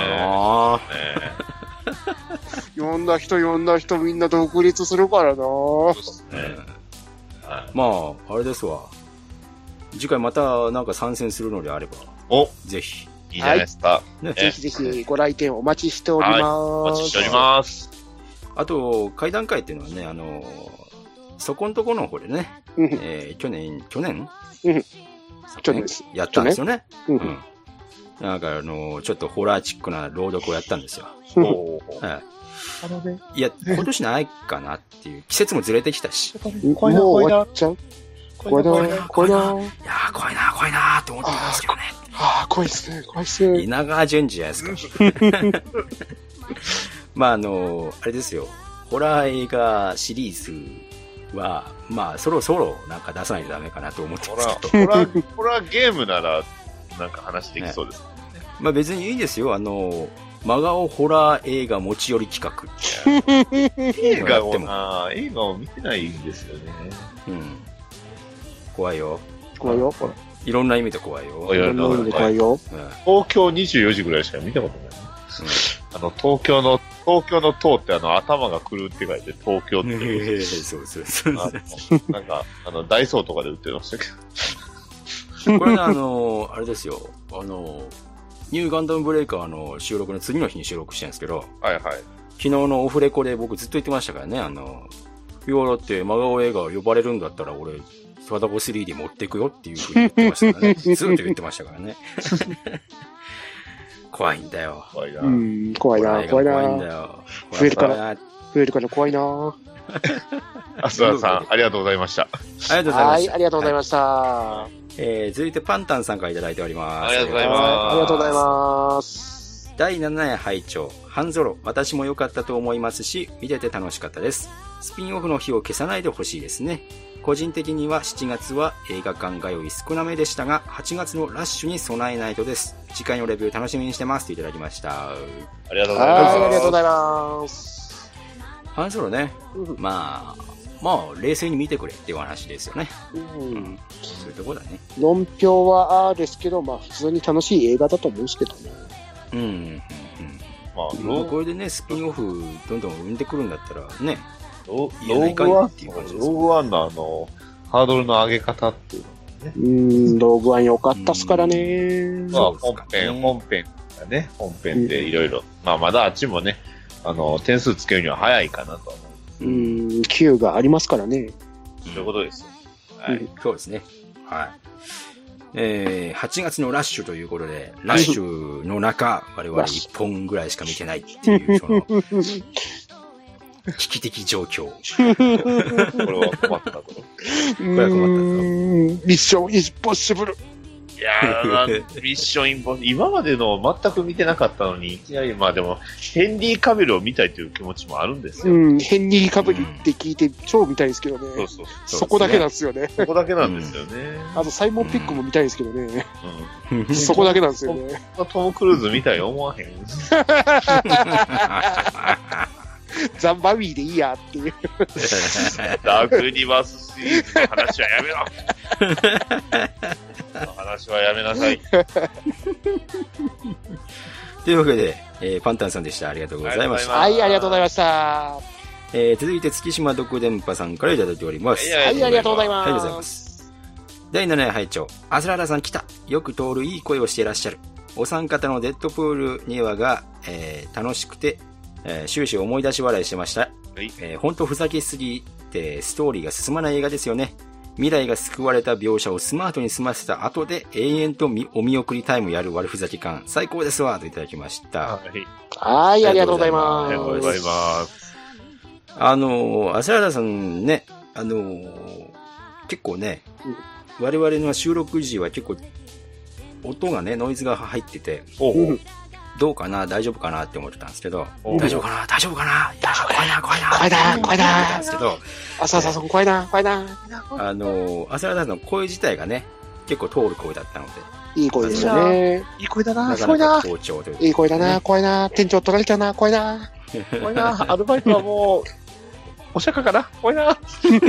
呼んだ人呼んだ人みんな独立するからなそうですね。 はい、まあ、あれですわ。次回またなんか参戦するのであれば。 おぜひ。 いいじゃないですか。はいね、ぜひぜひご来店お待ちしております。はい、 お待ちしております。 あと、会談会っていうのはね、あの、そこんとこの方でね、えー、去年、去年うん去年です。 やったんですよね。 うんうん、 なんかあの、ちょっとホラーチックな朗読をやったんですよ。はい、いや、今年ないかなっていう、季節もずれてきたし。 もう終わっちゃう怖いなぁ、怖いなぁ。 いやー、怖いなぁ、怖いなぁって思ってたんですけどね。 ああ、怖いっすね、怖いっすね。 稲川淳二じゃないですか。まああの、あれですよ。ホラー映画シリーズは、まあそろそろなんか出さないとダメかなと思ってますけど。 ホラー、ホラーゲームなら、なんか話できそうですね。 まあ別にいいですよ。あの、真顔ホラー映画持ち寄り企画。 映画をな、映画を見てないんですよね。 うん。怖いよ。 怖いよ。 いろんな意味で怖いよ。 いろんな意味で怖いよ。 東京にじゅうよじぐらいしか見たことない。うん、あの、東京の、東京の塔ってあの、頭が狂うって書いて、東京って。 えそうそうそう。 なんか、あの、ダイソーとかで売ってましたけど。これね、あの、あれですよ。あの、ニューガンダムブレイカーの収録の次の日に収録してるんですけど。 はいはい。 昨日のオフレコで僕ずっと言ってましたからね、あの、いや、だって真顔映画呼ばれるんだったら俺、スワダボ スリーディー 持っていくよっていうふうに言ってましたからね。ずっと言ってましたからね。怖いんだよ。 怖いな。 うん、怖いな、怖いな。 怖いんだよ。 増えるから、増えるから怖いな。 アスラさん、ありがとうございました。ありがとうございました。 はい、ありがとうございました。はい、 えー、続いてパンタンさんからいただいております。 ありがとうございます。 ありがとうございます。 だいななや拝聴ハンゾロ、私も良かったと思いますし、見てて楽しかったです。スピンオフの日を消さないでほしいですね。個人的にはしちがつは映画館通い少なめでしたが、はちがつのラッシュに備えないとです。次回のレビュー楽しみにしてますといただきました。 ありがとうございます。 ありがとうございます。 ハンソロね、うん、まあ、まあ、冷静に見てくれっていう話ですよね。 うん。 そういうとこだね。 論評はああですけど、まあ、普通に楽しい映画だと思うんですけどね。 うん。うん。まあ、これでね、スピンオフどんどん生んでくるんだったらね、 ローグワンっていう感じです。ローグワンのあの、ハードルの上げ方っていうのね。 うーん、ローグワン良かったっすからね。 まあ、本編、本編がね、本編でいろいろ、まあ、まだあっちもね、あの、点数つけるには早いかなと思う。うーん、Q がありますからね。 そういうことですよ。 はい。そうですね。はい。えー、はちがつのラッシュということで、ラッシュの中、我々いっぽんぐらいしか見てないっていう、その、危機的状況。これは困ったこと。これは困ったこと。 ミッションインポッシブル。 いやー、ミッションインポッシブル。今までの全く見てなかったのに、いきなり、まあでも、ヘンリー・カビルを見たいという気持ちもあるんですよ。 うん、ヘンリー・カビルって聞いて超見たいですけどね。そうそう。そこだけなんですよね。 そこだけなんですよね。 あと、サイモン・ペックも見たいですけどね。うん。そこだけなんですよね。 トム・クルーズ見たい思わへん。 ザンバウィーでいいやっていう。 ダークユニバースシリーズの話はやめろ。その話はやめなさい。 というわけで、えー、パンタンさんでした。ありがとうございました。 はい、ありがとうございました。 えー、続いて月島独電波さんからいただいております。 はい、ありがとうございます。 ありがとうございます。だいななや拝聴アスララさん来た。よく通るいい声をしていらっしゃる。お三方のデッドプールにわが、えー、楽しくて、えー、終始思い出し笑いしてました。はい、えー、ほんとふざけすぎてストーリーが進まない映画ですよね。未来が救われた描写をスマートに済ませた後で永遠とお見送りタイムやる悪ふざけ感最高ですわといただきました。 はい、はい、ありがとうございます。 ありがとうございます。 あのアスララさんね、あのー、結構ね、うん、我々の収録時は結構音がねノイズが入ってて、おうどうかな大丈夫かなって思ってたんですけど、大丈夫かな大丈夫かないや怖いな怖いな怖いな怖いななんですけど、 あさささん怖いな怖いな。 あのアスララさんの声自体がね結構通る声だったので、 いい声ですよね。 いい声だな、 すごいな。いいい声だな、怖いな。店長取られたな、怖いな。 怖いな。アルバイトはもう、お釈迦かな怖いな。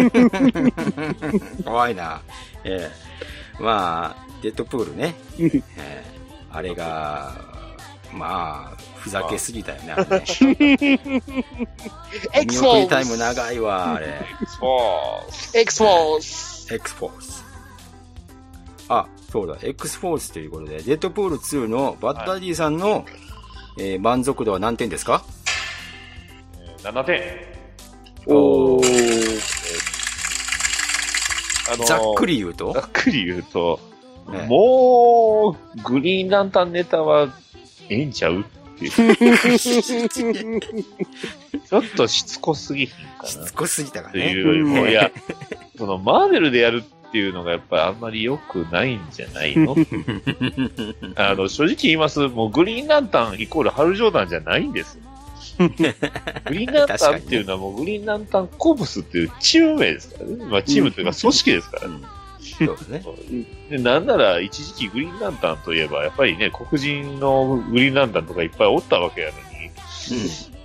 怖いな。ええー、まあ、デッドプールね。えー、あれが、まあ、ふざけすぎたよね、あれね。 エクスフォース。 見送りタイム長いわ、あれ。エクスフォース。エクスフォース。 エクスフォース。あ、そうだ、X フォースということで、デッドプールツーのバッドダディさんの、はい、えー、満足度は何点ですか？ ななてん。 おー。 あのー、 ざっくり言うとざっくり言うと、ね、もう、グリーンランタンネタは、ええんちゃうっていう。ちょっとしつこすぎひんかな。 しつこすぎたからね。 っていうよりも、いや、その、マーベルでやるっていうのがやっぱりあんまり良くないんじゃないのあの、正直言います、もうグリーンランタンイコールハルジョーダンじゃないんです。グリーンランタンっていうのはもうグリーンランタンコブスっていうチーム名ですからね。まあチームというか組織ですからね。 そうですね。 で、なんなら一時期グリーンランタンといえばやっぱりね、黒人のグリーンランタンとかいっぱいおったわけやのに、うん、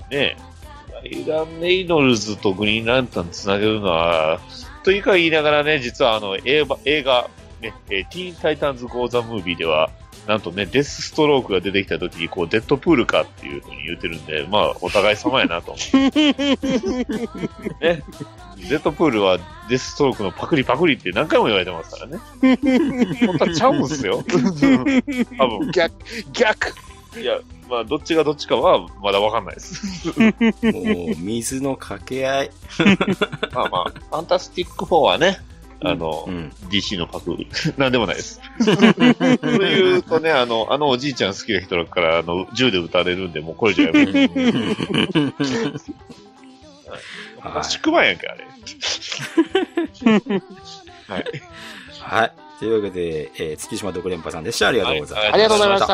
ね、ライラン・レイノルズとグリーンランタンつなげるのは、というか言いながらね、実はあの映画、映画ね、えー、ティーン・タイタンズ・ゴー・ザ・ムービーでは、なんとね、デスストロークが出てきた時に、こう、デッドプールかっていうふうに言ってるんで、まあ、お互い様やなと思う。ね。デッドプールはデスストロークのパクリパクリって何回も言われてますからね。本当はちゃうんすよ。多分。 逆、逆。 いや、まあ、どっちがどっちかはまだわかんないです。 もう、水の掛け合い。 まあまあ、ファンタスティックフォーはね、あの、うん、ディーシー のパクリ。なんでもないです。それ言うとね、あの、あのおじいちゃん好きな人から、あの、銃で撃たれるんで、もうこれじゃやめて。はい。宿番やんか、あれ。はい。 はい。というわけで、えー、月島独連覇さんでした。ありがとうございました。 ありがとうございました。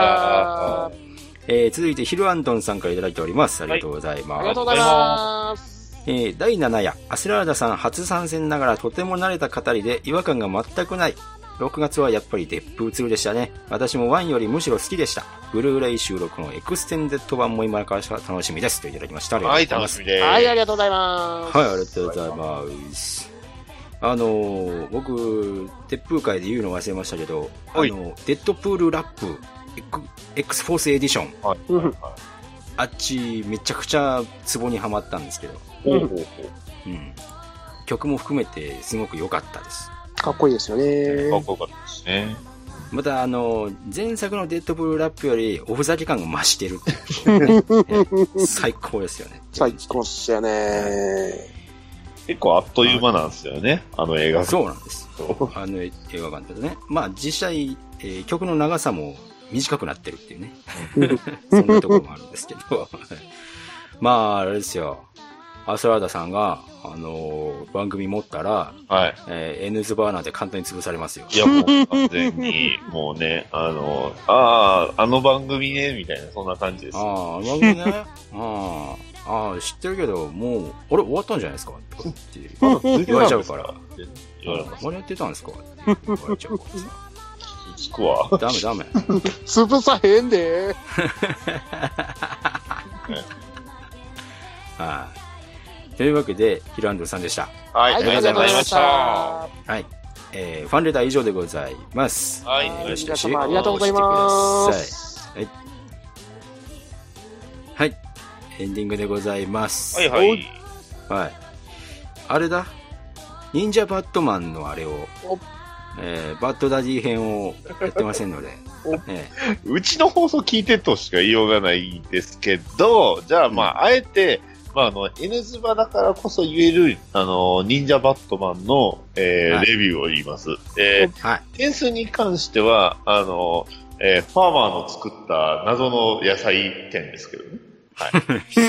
えー、続いて、ヒルアンドンさんからいただいております。ありがとうございます。はい、 ありがとうございます。 えー、だいなな夜、アスラーダさん初参戦ながらとても慣れた語りで違和感が全くない。ろくがつはやっぱりデップーツーでしたね。私もワンよりむしろ好きでした。ブルーレイ収録のエクステンデッド版も今から楽しみです。といただきました。ありがとうございます。 はい、楽しみです。 はい、ありがとうございます。 はい、ありがとうございます。あのー、僕、デップー界で言うの忘れましたけど、あの、デッドプールラップ、X フォースエディション。はい、はいはい、あっち、めちゃくちゃツボにはまったんですけど。 ほうほうほう。 うん。曲も含めてすごく良かったです。 かっこいいですよね。 かっこよかったですね。 またあの、前作のデッドプールラップよりおふざけ感が増してるっていう、ね、最高ですよね。 最高っすよね。 結構あっという間なんですよね、あの映画。 そうなんです。あの映画館だとね。まあ実際、えー、曲の長さも短くなってるっていうね。そんなところもあるんですけど。まあ、あれですよ。アスラーダさんが、あのー、番組持ったら、 はい。 えー、N ズバーなんて簡単に潰されますよ。 いや、もう完全に、もうね、あのー、ああ、あの番組ね、みたいな、そんな感じです。 ああ、あの番組ね。ああ、ああ、知ってるけど、もう、あれ、終わったんじゃないですかとかって言われちゃうから。 言われます。 何やってたんですかって言われちゃうからさ。 つくわ。 ダメダメ。 潰さへんで。 はい。というわけで、ヒルアンドルさんでした。 はい、ありがとうございました。 はい。えー、ファンレター以上でございます。 はい。 よろしくありがとうございます。 はい。はい。エンディングでございます。 はいはい。 はい。あれだ。忍者バットマンのあれを、えー、バッドダディ編をやってませんので、 ええ、うちの放送聞いてとしか言いようがないんですけど、じゃあまあ、あえて、まああの、N ズバだからこそ言える、あの、忍者バットマンの、えーはい、レビューを言います。えーはい、点数に関しては、あの、えー、ファーマーの作った謎の野菜店ですけどね。はい。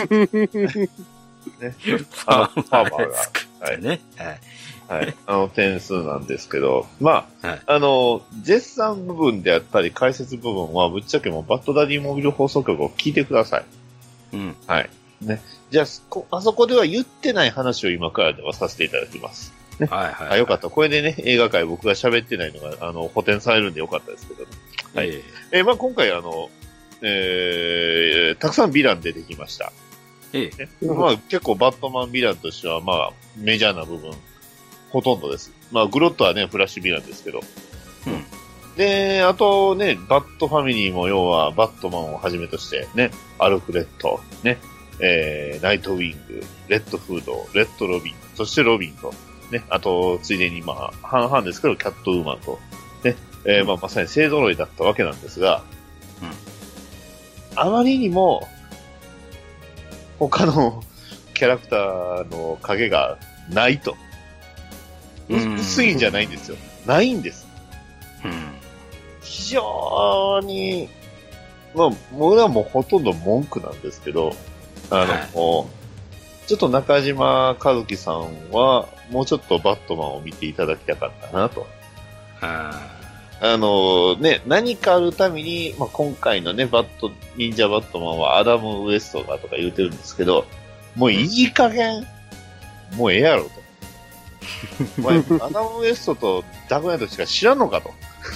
ね、ファーマーが作ったね。はい。はい。あの点数なんですけど、まあ、はい、あの、絶賛部分であったり解説部分はぶっちゃけもうバッドダディモビル放送局を聞いてください。 うん。 はい。ね。じゃあ、あそこでは言ってない話を今からではさせていただきます。ね。 はいはい、はい。 あ、よかった。これでね、映画界僕が喋ってないのが、あの、補填されるんでよかったですけどね。 はい。えー、まあ今回あの、えー、たくさんヴィラン出てきました。ええ。まあ結構バットマンヴィランとしてはまあメジャーな部分、ほとんどです。まあグロットはね、フラッシュヴィランですけど。うん。で、あとね、バットファミリーも要はバットマンをはじめとしてね、アルフレッド、ね、えー、ナイトウィング、レッドフード、レッドロビン、そしてロビンと、ね、あと、ついでにまあ、半々ですけど、キャットウーマンと、ね、えー、まあまさに勢揃いだったわけなんですが、うん。あまりにも、他のキャラクターの影がないと。薄いんじゃないんですよ。ないんです。うん。非常に、まあ、僕はもうほとんど文句なんですけど、あの、はい、ちょっと中島和樹さんは、もうちょっとバットマンを見ていただきたかったなと。あのね、何かあるために、まあ、今回のね、バット、忍者バットマンはアダム・ウエストがとか言うてるんですけど、もういい加減、もうええやろと。お前、アダム・ウエストとダークナイトしか知らんのかと。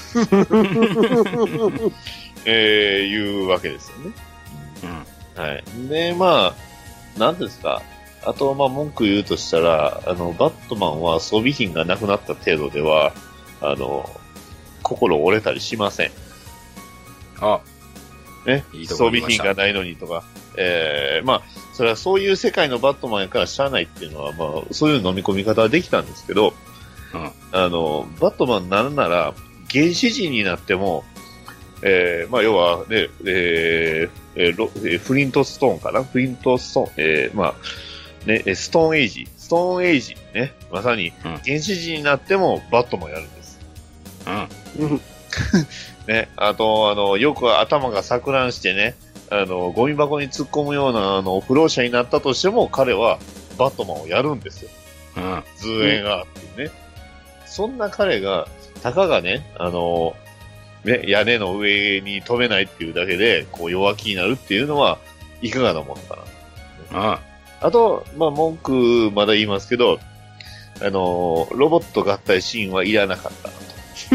えー、いうわけですよね。うん。はい。で、まあ、なんですか。あと、まあ、文句言うとしたら、あの、バットマンは装備品がなくなった程度では、あの、心折れたりしません。あ。ね。いいところ装備品がないのにとか。えー、まあ、それはそういう世界のバットマンやからしゃあないっていうのは、まあ、そういう飲み込み方はできたんですけど、うん、あの、バットマンなんなら、原始人になっても、えー、まあ、要は、ね、えーえーロえー、フリントストーンかなフリントストーン、えー、まあ、ね、ストーンエイジ、ストーンエイジ、ね、まさに、原始人になってもバットマンやるんです。うん。ね、あと、あの、よく頭が錯乱してね、あの、ゴミ箱に突っ込むような、あの、不老者になったとしても、彼はバットマンをやるんですよ。うん。図影があってね。そんな彼が、たかがね、あの、ね、屋根の上に飛べないっていうだけで、こう弱気になるっていうのは、いかがなものかな。ああ。あと、まあ、文句まだ言いますけど、あの、ロボット合体シーンはいらなかったな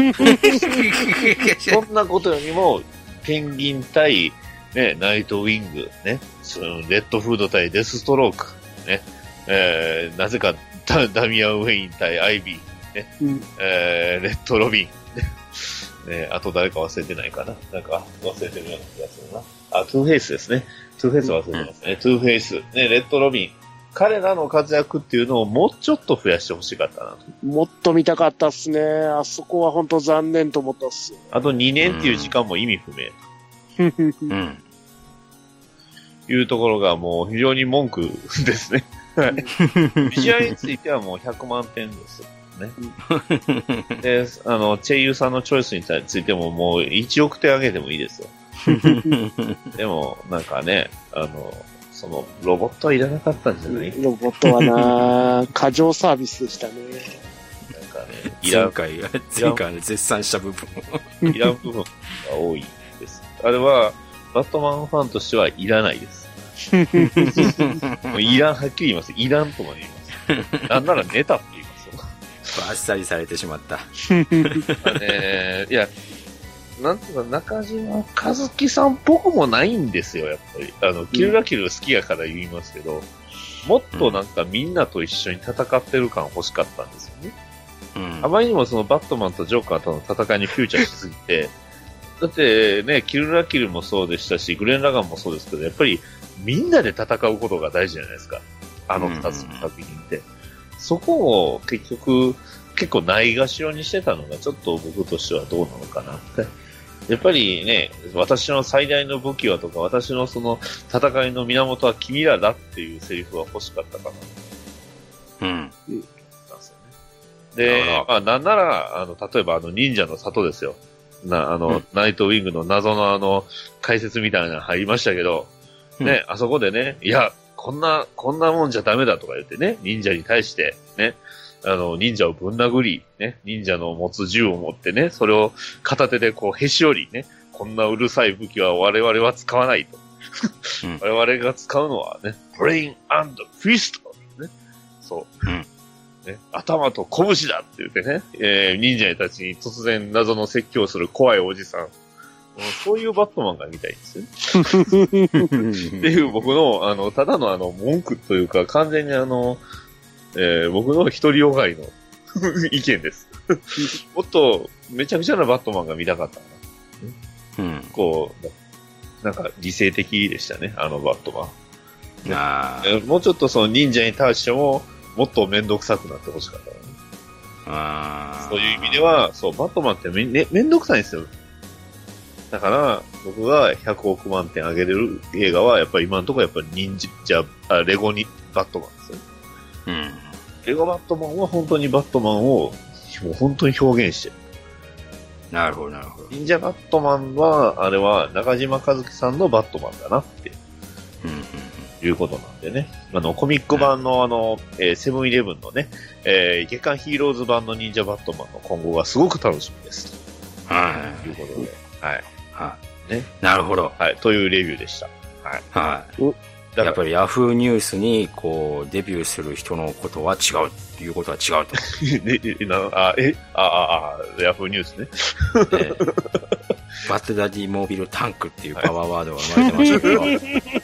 と。そんなことよりも、ペンギン対、ね、ナイトウィング、ね、そのレッドフード対デスストローク、ね、えー、なぜかダ、ダミアン・ウェイン対アイビー、ね、うん、えー、レッド・ロビン、ね、あと誰か忘れてないかななんか、忘れてるような気がするな。あ、トゥーフェイスですね。トゥーフェイス忘れてますね。うん、トゥーフェイス。ね、レッド・ロビン。彼らの活躍っていうのをもうちょっと増やしてほしかったなと。 もっと見たかったっすね。あそこは本当残念と思ったっす。 あとにねんっていう時間も意味不明。うん。いうところがもう非常に文句ですね。ビジュアルについてはもうひゃくまんてんですね。で、あの、チェイユさんのチョイスについてももういちおくてんあげてもいいですよ。でも、なんかね、あの、その、ロボットはいらなかったんじゃない？ ロボットはなぁ、過剰サービスでしたね。 なんかね、前回、前回絶賛した部分。 いらん部分が多いです。あれは、バットマンファンとしてはいらないです。もういらん、はっきり言います。いらんとまで言います。なんならネタって言いますよ。 あっさりされてしまった。 まあね、いや、なんとか中島和樹さんっぽくもないんですよ、やっぱり。あの、キルラキル好きやから言いますけど、もっとなんかみんなと一緒に戦ってる感欲しかったんですよね。うん、あまりにもそのバットマンとジョーカーとの戦いにフューチャーしすぎて、だってね、キルラキルもそうでしたし、グレン・ラガンもそうですけど、やっぱりみんなで戦うことが大事じゃないですか。あの二つの作品って。うん、そこを結局結構ないがしろにしてたのがちょっと僕としてはどうなのかなって。やっぱりね、私の最大の武器はとか、私のその戦いの源は君らだっていうセリフは欲しかったかな。うん。なんですよね。で、まあなんなら、あの、例えばあの忍者の里ですよ。な、あの、うん、ナイトウィングの謎のあの、解説みたいなの入りましたけど、うん、ね、あそこでね、いや、こんな、こんなもんじゃダメだとか言ってね、忍者に対して、ね、あの、忍者をぶん殴り、ね、忍者の持つ銃を持ってね、それを片手でこう、へし折り、ね、こんなうるさい武器は我々は使わないと。うん、我々が使うのはね、ブレイン&フィスト、ね、そう、うんね。頭と拳だって言ってね、えー、忍者たちに突然謎の説教する怖いおじさん。 そういうバットマンが見たいんですよ。っていう僕の、あの、ただのあの、文句というか、完全にあの、えー、僕の独りよがいの意見です。もっと、めちゃくちゃなバットマンが見たかったな。うん。こう、なんか理性的でしたね、あのバットマン。あもうちょっとその忍者に対しても、もっとめんどくさくなってほしかった、ね。あそういう意味では、そう、バットマンってめ、ね、めんどくさいんですよ。だから、僕がひゃくおくまんてんあげれる映画は、やっぱり今のところやっぱり忍者、あ、レゴにバットマンですよ。うん。レゴバットマンは本当にバットマンを、もう本当に表現してる。なるほど、なるほど。忍者バットマンは、あれは中島和樹さんのバットマンだなって、うんうんうん、いうことなんでね。あの、コミック版のあの、えー、セブンイレブンのね、えー、月刊ヒーローズ版の忍者バットマンの今後がすごく楽しみです。はい。ということで、はい。はい。ね。なるほど。はい。というレビューでした。はい。はい。やっぱりヤフーニュースに、こう、デビューする人のことは違うっていうことは違うと。え、な、あ、え、あ、あ、あ、ヤフーニュースね。えー、バッドダディモービルタンクっていうパワーワードが生まれてましたけど。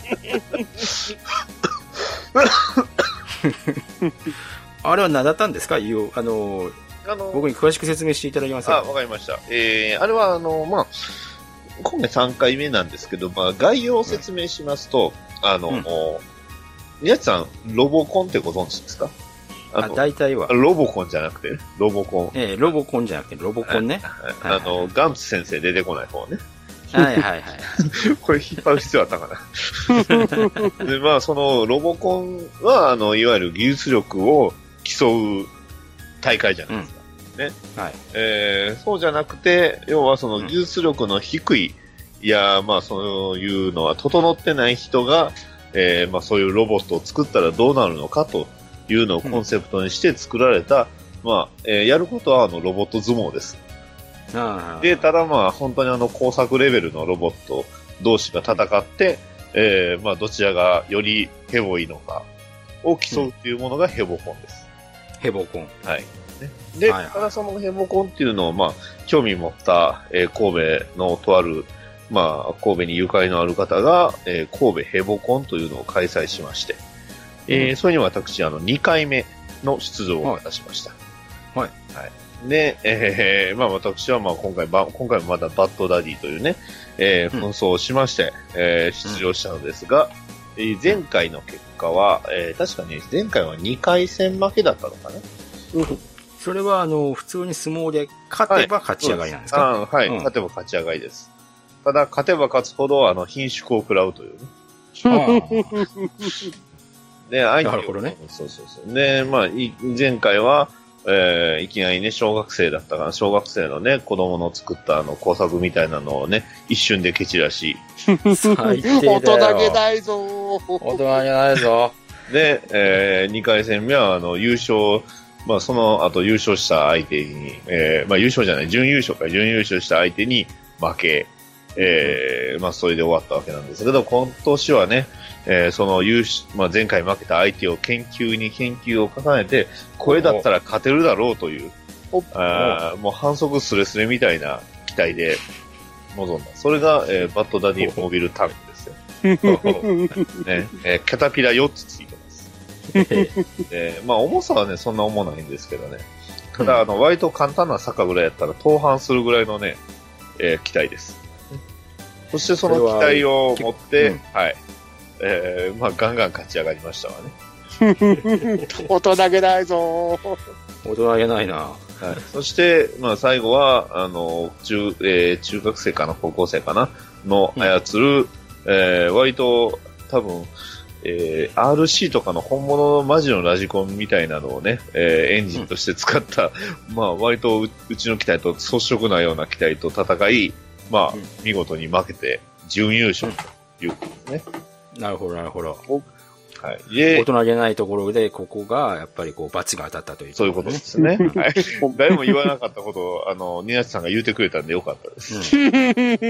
あれは何だったんですか？いうあのあの僕に詳しく説明していただけますか？あ、わかりました。えー、あれはあのまあ今回さんかいめなんですけど、まあ概要を説明しますと、うん、あの、うん、宮地さんロボコンってご存知ですか？あ、大体はロボコンじゃなくて、ね、ロボコン。えー、ロボコンじゃなくてロボコンね。はいはい、あのガンツ先生出てこない方ね。はいはいはい。これ引っ張る必要あったかな。で、まあ、そのロボコンは、あの、いわゆる技術力を競う大会じゃないですか。うん、ね。はい。えー、そうじゃなくて、要はその技術力の低い、うん、いや、まあ、そういうのは整ってない人が、えー、まあ、そういうロボットを作ったらどうなるのかというのをコンセプトにして作られた、うん、まあ、えー、やることは、あの、ロボット相撲です。で、ただまあ、本当にあの、工作レベルのロボット同士が戦って、えー、まあ、どちらがよりヘボいのかを競うっていうものがヘボコンです。うん、ヘボコン。はい。ね、で、はいはい、ただそのヘボコンっていうのを、まあ、興味持った、えー、神戸のとある、まあ、神戸にゆかりのある方が、えー、神戸ヘボコンというのを開催しまして、えー、うん、それに私、あの、にかいめの出場を果たしました。はい。はい。で、えー、まあ私はまあ今回ば、今回もまだバッドダディというね、えー、紛争をしまして、うん、えー、出場したのですが、うん、前回の結果は、えー、確かに前回はにかい戦負けだったのかな。うん、それはあの、普通に相撲で勝てば勝ち上がりなんですか？はい、あはい、うん、勝てば勝ち上がりです。ただ、勝てば勝つほど、あの、貧縮を食らうというね。で、相手を、なるほどね。そうそうそう。で、まあ、前回は、えー、いきなりね、小学生だったかな、小学生のね、子供の作ったあの工作みたいなのをね、一瞬で蹴散らし。最低だよ。大人げないぞー。大人げないぞ。で、えー、にかい戦目はあの優勝、まあその後優勝した相手に、えー、まあ優勝じゃない、準優勝か、準優勝した相手に負け、えー、まあそれで終わったわけなんですけど、今年はね、えー、その優勝、まあ、前回負けた相手を研究に研究を重ねて、これだったら勝てるだろうという、あもう反則スレスレみたいな期待で臨んだ。それが、えー、バッドダディモビルタンクですよ。ねえー、キャタピラよっつついてます。えー、まあ重さはね、そんな重ないんですけどね。ただ、あの、割と簡単な坂ぐらいやったら、登板するぐらいのね、えー、機体です。そしてその機体を持って、うん、はい。えー、まあ、ガンガン勝ち上がりましたわね。大人げないぞー。大人げないな。はい。そして、まあ、最後は、あの、中、えー、中学生かな、高校生かな、の操る、うん、えー、割と、多分、えー、アールシー とかの本物のマジのラジコンみたいなのをね、えー、エンジンとして使った、うん、まあ、割とう、うちの機体と率直なような機体と戦い、まあ、うん、見事に負けて、準優勝ということですね。なるほど、なるほど。はい。大人げないところで、ここが、やっぱりこう、罰が当たったという、ね。そういうことですね。はい。誰も言わなかったことを、あの、ニナチさんが言うてくれたんでよかったです。うん、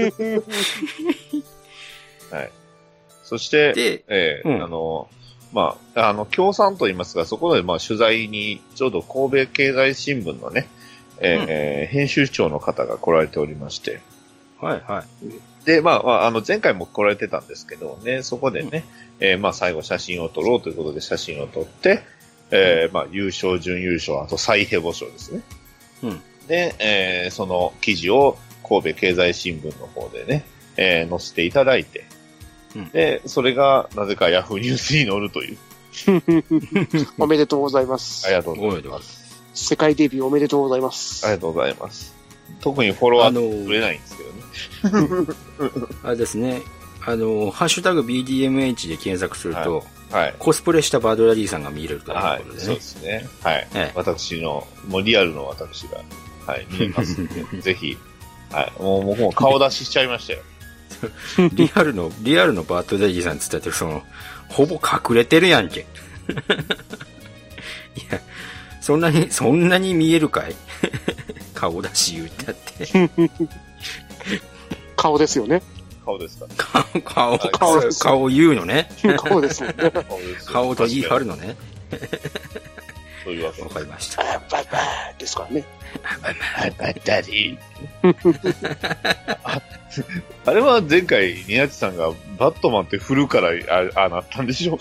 はい。そして、でえーうん、あの、まあ、あの、協賛と言いますが、そこで、まあ、取材に、ちょうど神戸経済新聞のね、えーうん、編集長の方が来られておりまして、 はいはい。 で、まあ、まあ、あの、前回も来られてたんですけどね、そこでね、うん、えー、まあ、最後写真を撮ろうということで写真を撮って、えー、まあ、優勝、準優勝、あと最ヘボ賞ですね。うん。で、えー、その記事を神戸経済新聞の方でね、えー、載せていただいて、うん、で、それがなぜかヤフーニュースに載るという。 おめでとうございます。 ありがとうございます。 世界デビューおめでとうございます。 ありがとうございます。特にフォロワー増えないんですけどね。 あれですね、あの、ハッシュタグ ビーディーエムエイチ で検索すると、はいはい、コスプレしたバードラディさんが見れるということでね。はい、 そうですね。はい。はい、私の、もうリアルの私が、はい、見えますので、ぜひ、はい。もう、もう顔出ししちゃいましたよ。 リアルの、リアルのバードラディさんって言ったって、その、ほぼ隠れてるやんけ。いや、そんなに、そんなに見えるかい顔出し言うたって。 顔ですよね。 顔ですか。 顔、顔、顔、顔言うのね。 顔ですよね。 顔と言い張るのね。 そういうわけ。 わかりました。 バイバイですからね。 バイバイバイダディ。あれは前回、宮地さんがバットマンって振るから、あ、あなったんでしょ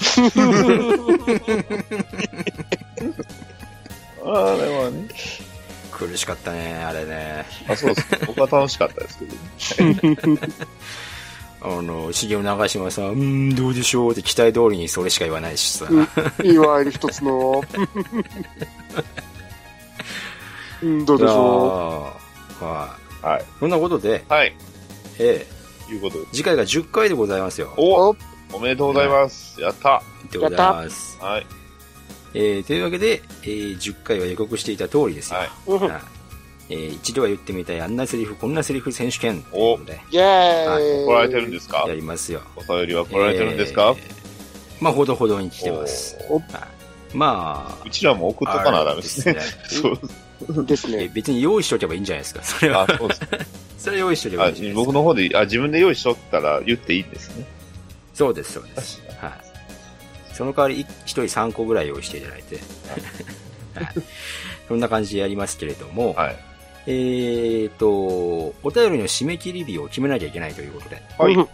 あれはね。 苦しかったね、あれね。 あ、そうですね。僕は楽しかったですけど、ね。 あの、茂雄長島さん、うーん、どうでしょうって期待通りにそれしか言わないしさ。 いわゆる一つの、うん、どうでしょう。はい。はい。そんなことで、 はい。 ええ。いうことで。 次回がじゅっかいでございますよ。 おおめでとうございます。やった。 でございます。 はい。 えー、というわけで、えー、じゅっかいは予告していた通りですよ。はい。はい、えー、一度は言ってみたいあんなセリフ、こんなセリフ選手権。 おでイェーイ、 はい、来られてるんですか？ やりますよ。 お便りは来られてるんですか？ えー、まあ、ほどほどに来てます。はい、まあ。 うちらも送っとかなダメですね。 そうですね。 別に用意しとけばいいんじゃないですか、それは。あ、そうですね。それ用意しとけばいいんじゃないですか。 僕の方で、あ、自分で用意しとったら言っていいんですね。 そうです、そうです。はい。その代わり一人さんこぐらい用意していただいて、はい、そんな感じでやりますけれども、はい、えーと、お便りの締め切り日を決めなきゃいけないということで、 はい。はい。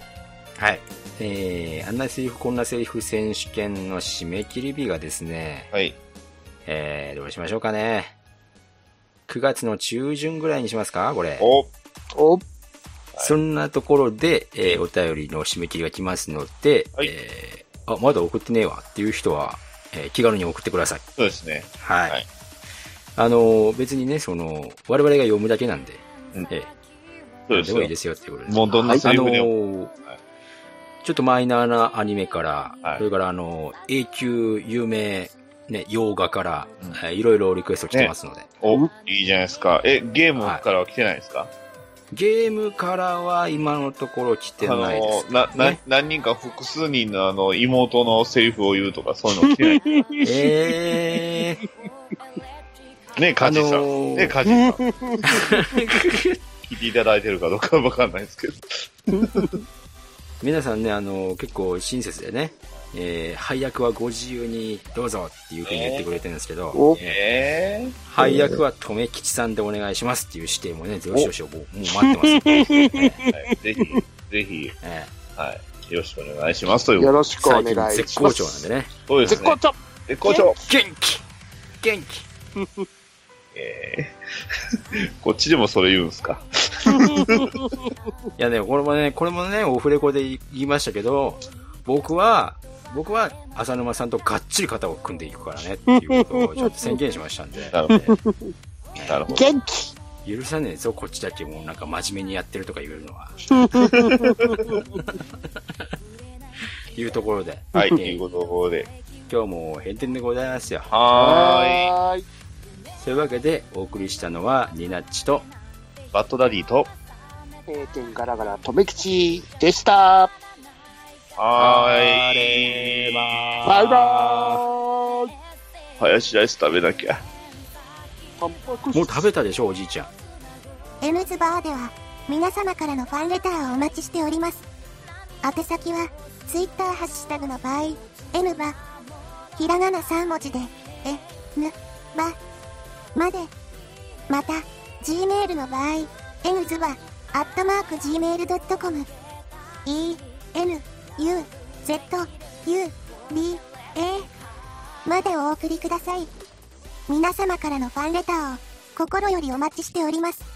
えー、あんなセリフこんなセリフ選手権の締め切り日がですね、 はい。 えー、どうしましょうかね。くがつの中旬ぐらいにしますかこれ。 おおそんなところで、えー、お便りの締め切りが来ますので、はい、えー、あ、まだ送ってねえわっていう人は、えー、気軽に送ってください。 そうですね。 はい。はい、あのー、別にね、その、我々が読むだけなんで、うん、えー、 そうですよ。 でもいいですよっていうことです。 もうどんなセリフでも、 あのーはい、ちょっとマイナーなアニメから、はい、それからあのー、永久有名、ね、洋画から、うん、えー、いろいろリクエスト来てますので。ね、 お、いいじゃないですか。え、ゲームからは来てないですか？はい、 ゲームからは今のところ来てないです、ね。 あの、な、な、何人か複数人のあの、妹のセリフを言うとかそういうの来てないえー。ねえ、カジさん。あのー、ねえ、カジさん。聞いていただいてるかどうかわかんないですけど。 皆さんね、あのー、結構親切でね、えー、配役はご自由にどうぞっていう風に言ってくれてるんですけど、 えー、 配役は留吉さんでお願いしますっていう指定もね、どしどしもう待ってます、ねはい。ぜひ、ぜひ、えー、はい、よろしくお願いしますという。 よろしくお願いします。 絶好調なんでね。 そうですね。 絶好調絶好調元気元気えー、こっちでもそれ言うんすかいやね、これもね、これもね、オフレコで言いましたけど、僕は、僕は浅沼さんとがっちり肩を組んでいくからねっていうことをちょっと宣言しましたんで。 なるほど。なるほど。 元気許さねえぞ、こっちだけもうなんか真面目にやってるとか言えるのは。いうところで。 はい、というところで。 今日も閉店でございますよ。 はーい。 そういうわけでお送りしたのはニナッチとバッドダディと閉店ガラガラとめきちでした。 はーい。 バイバーイ。 ハヤシライス食べなきゃ。 もう食べたでしょ、おじいちゃん。 エムズバーでは皆様からのファンレターをお待ちしております。宛先はツイッターハッシュタグの場合 N バひらがなさん文字でえぬばまで、また Gmail の場合 N ズバアットマーク ジーメールドットコム e n u z u b a までお送りください。皆様からのファンレターを心よりお待ちしております。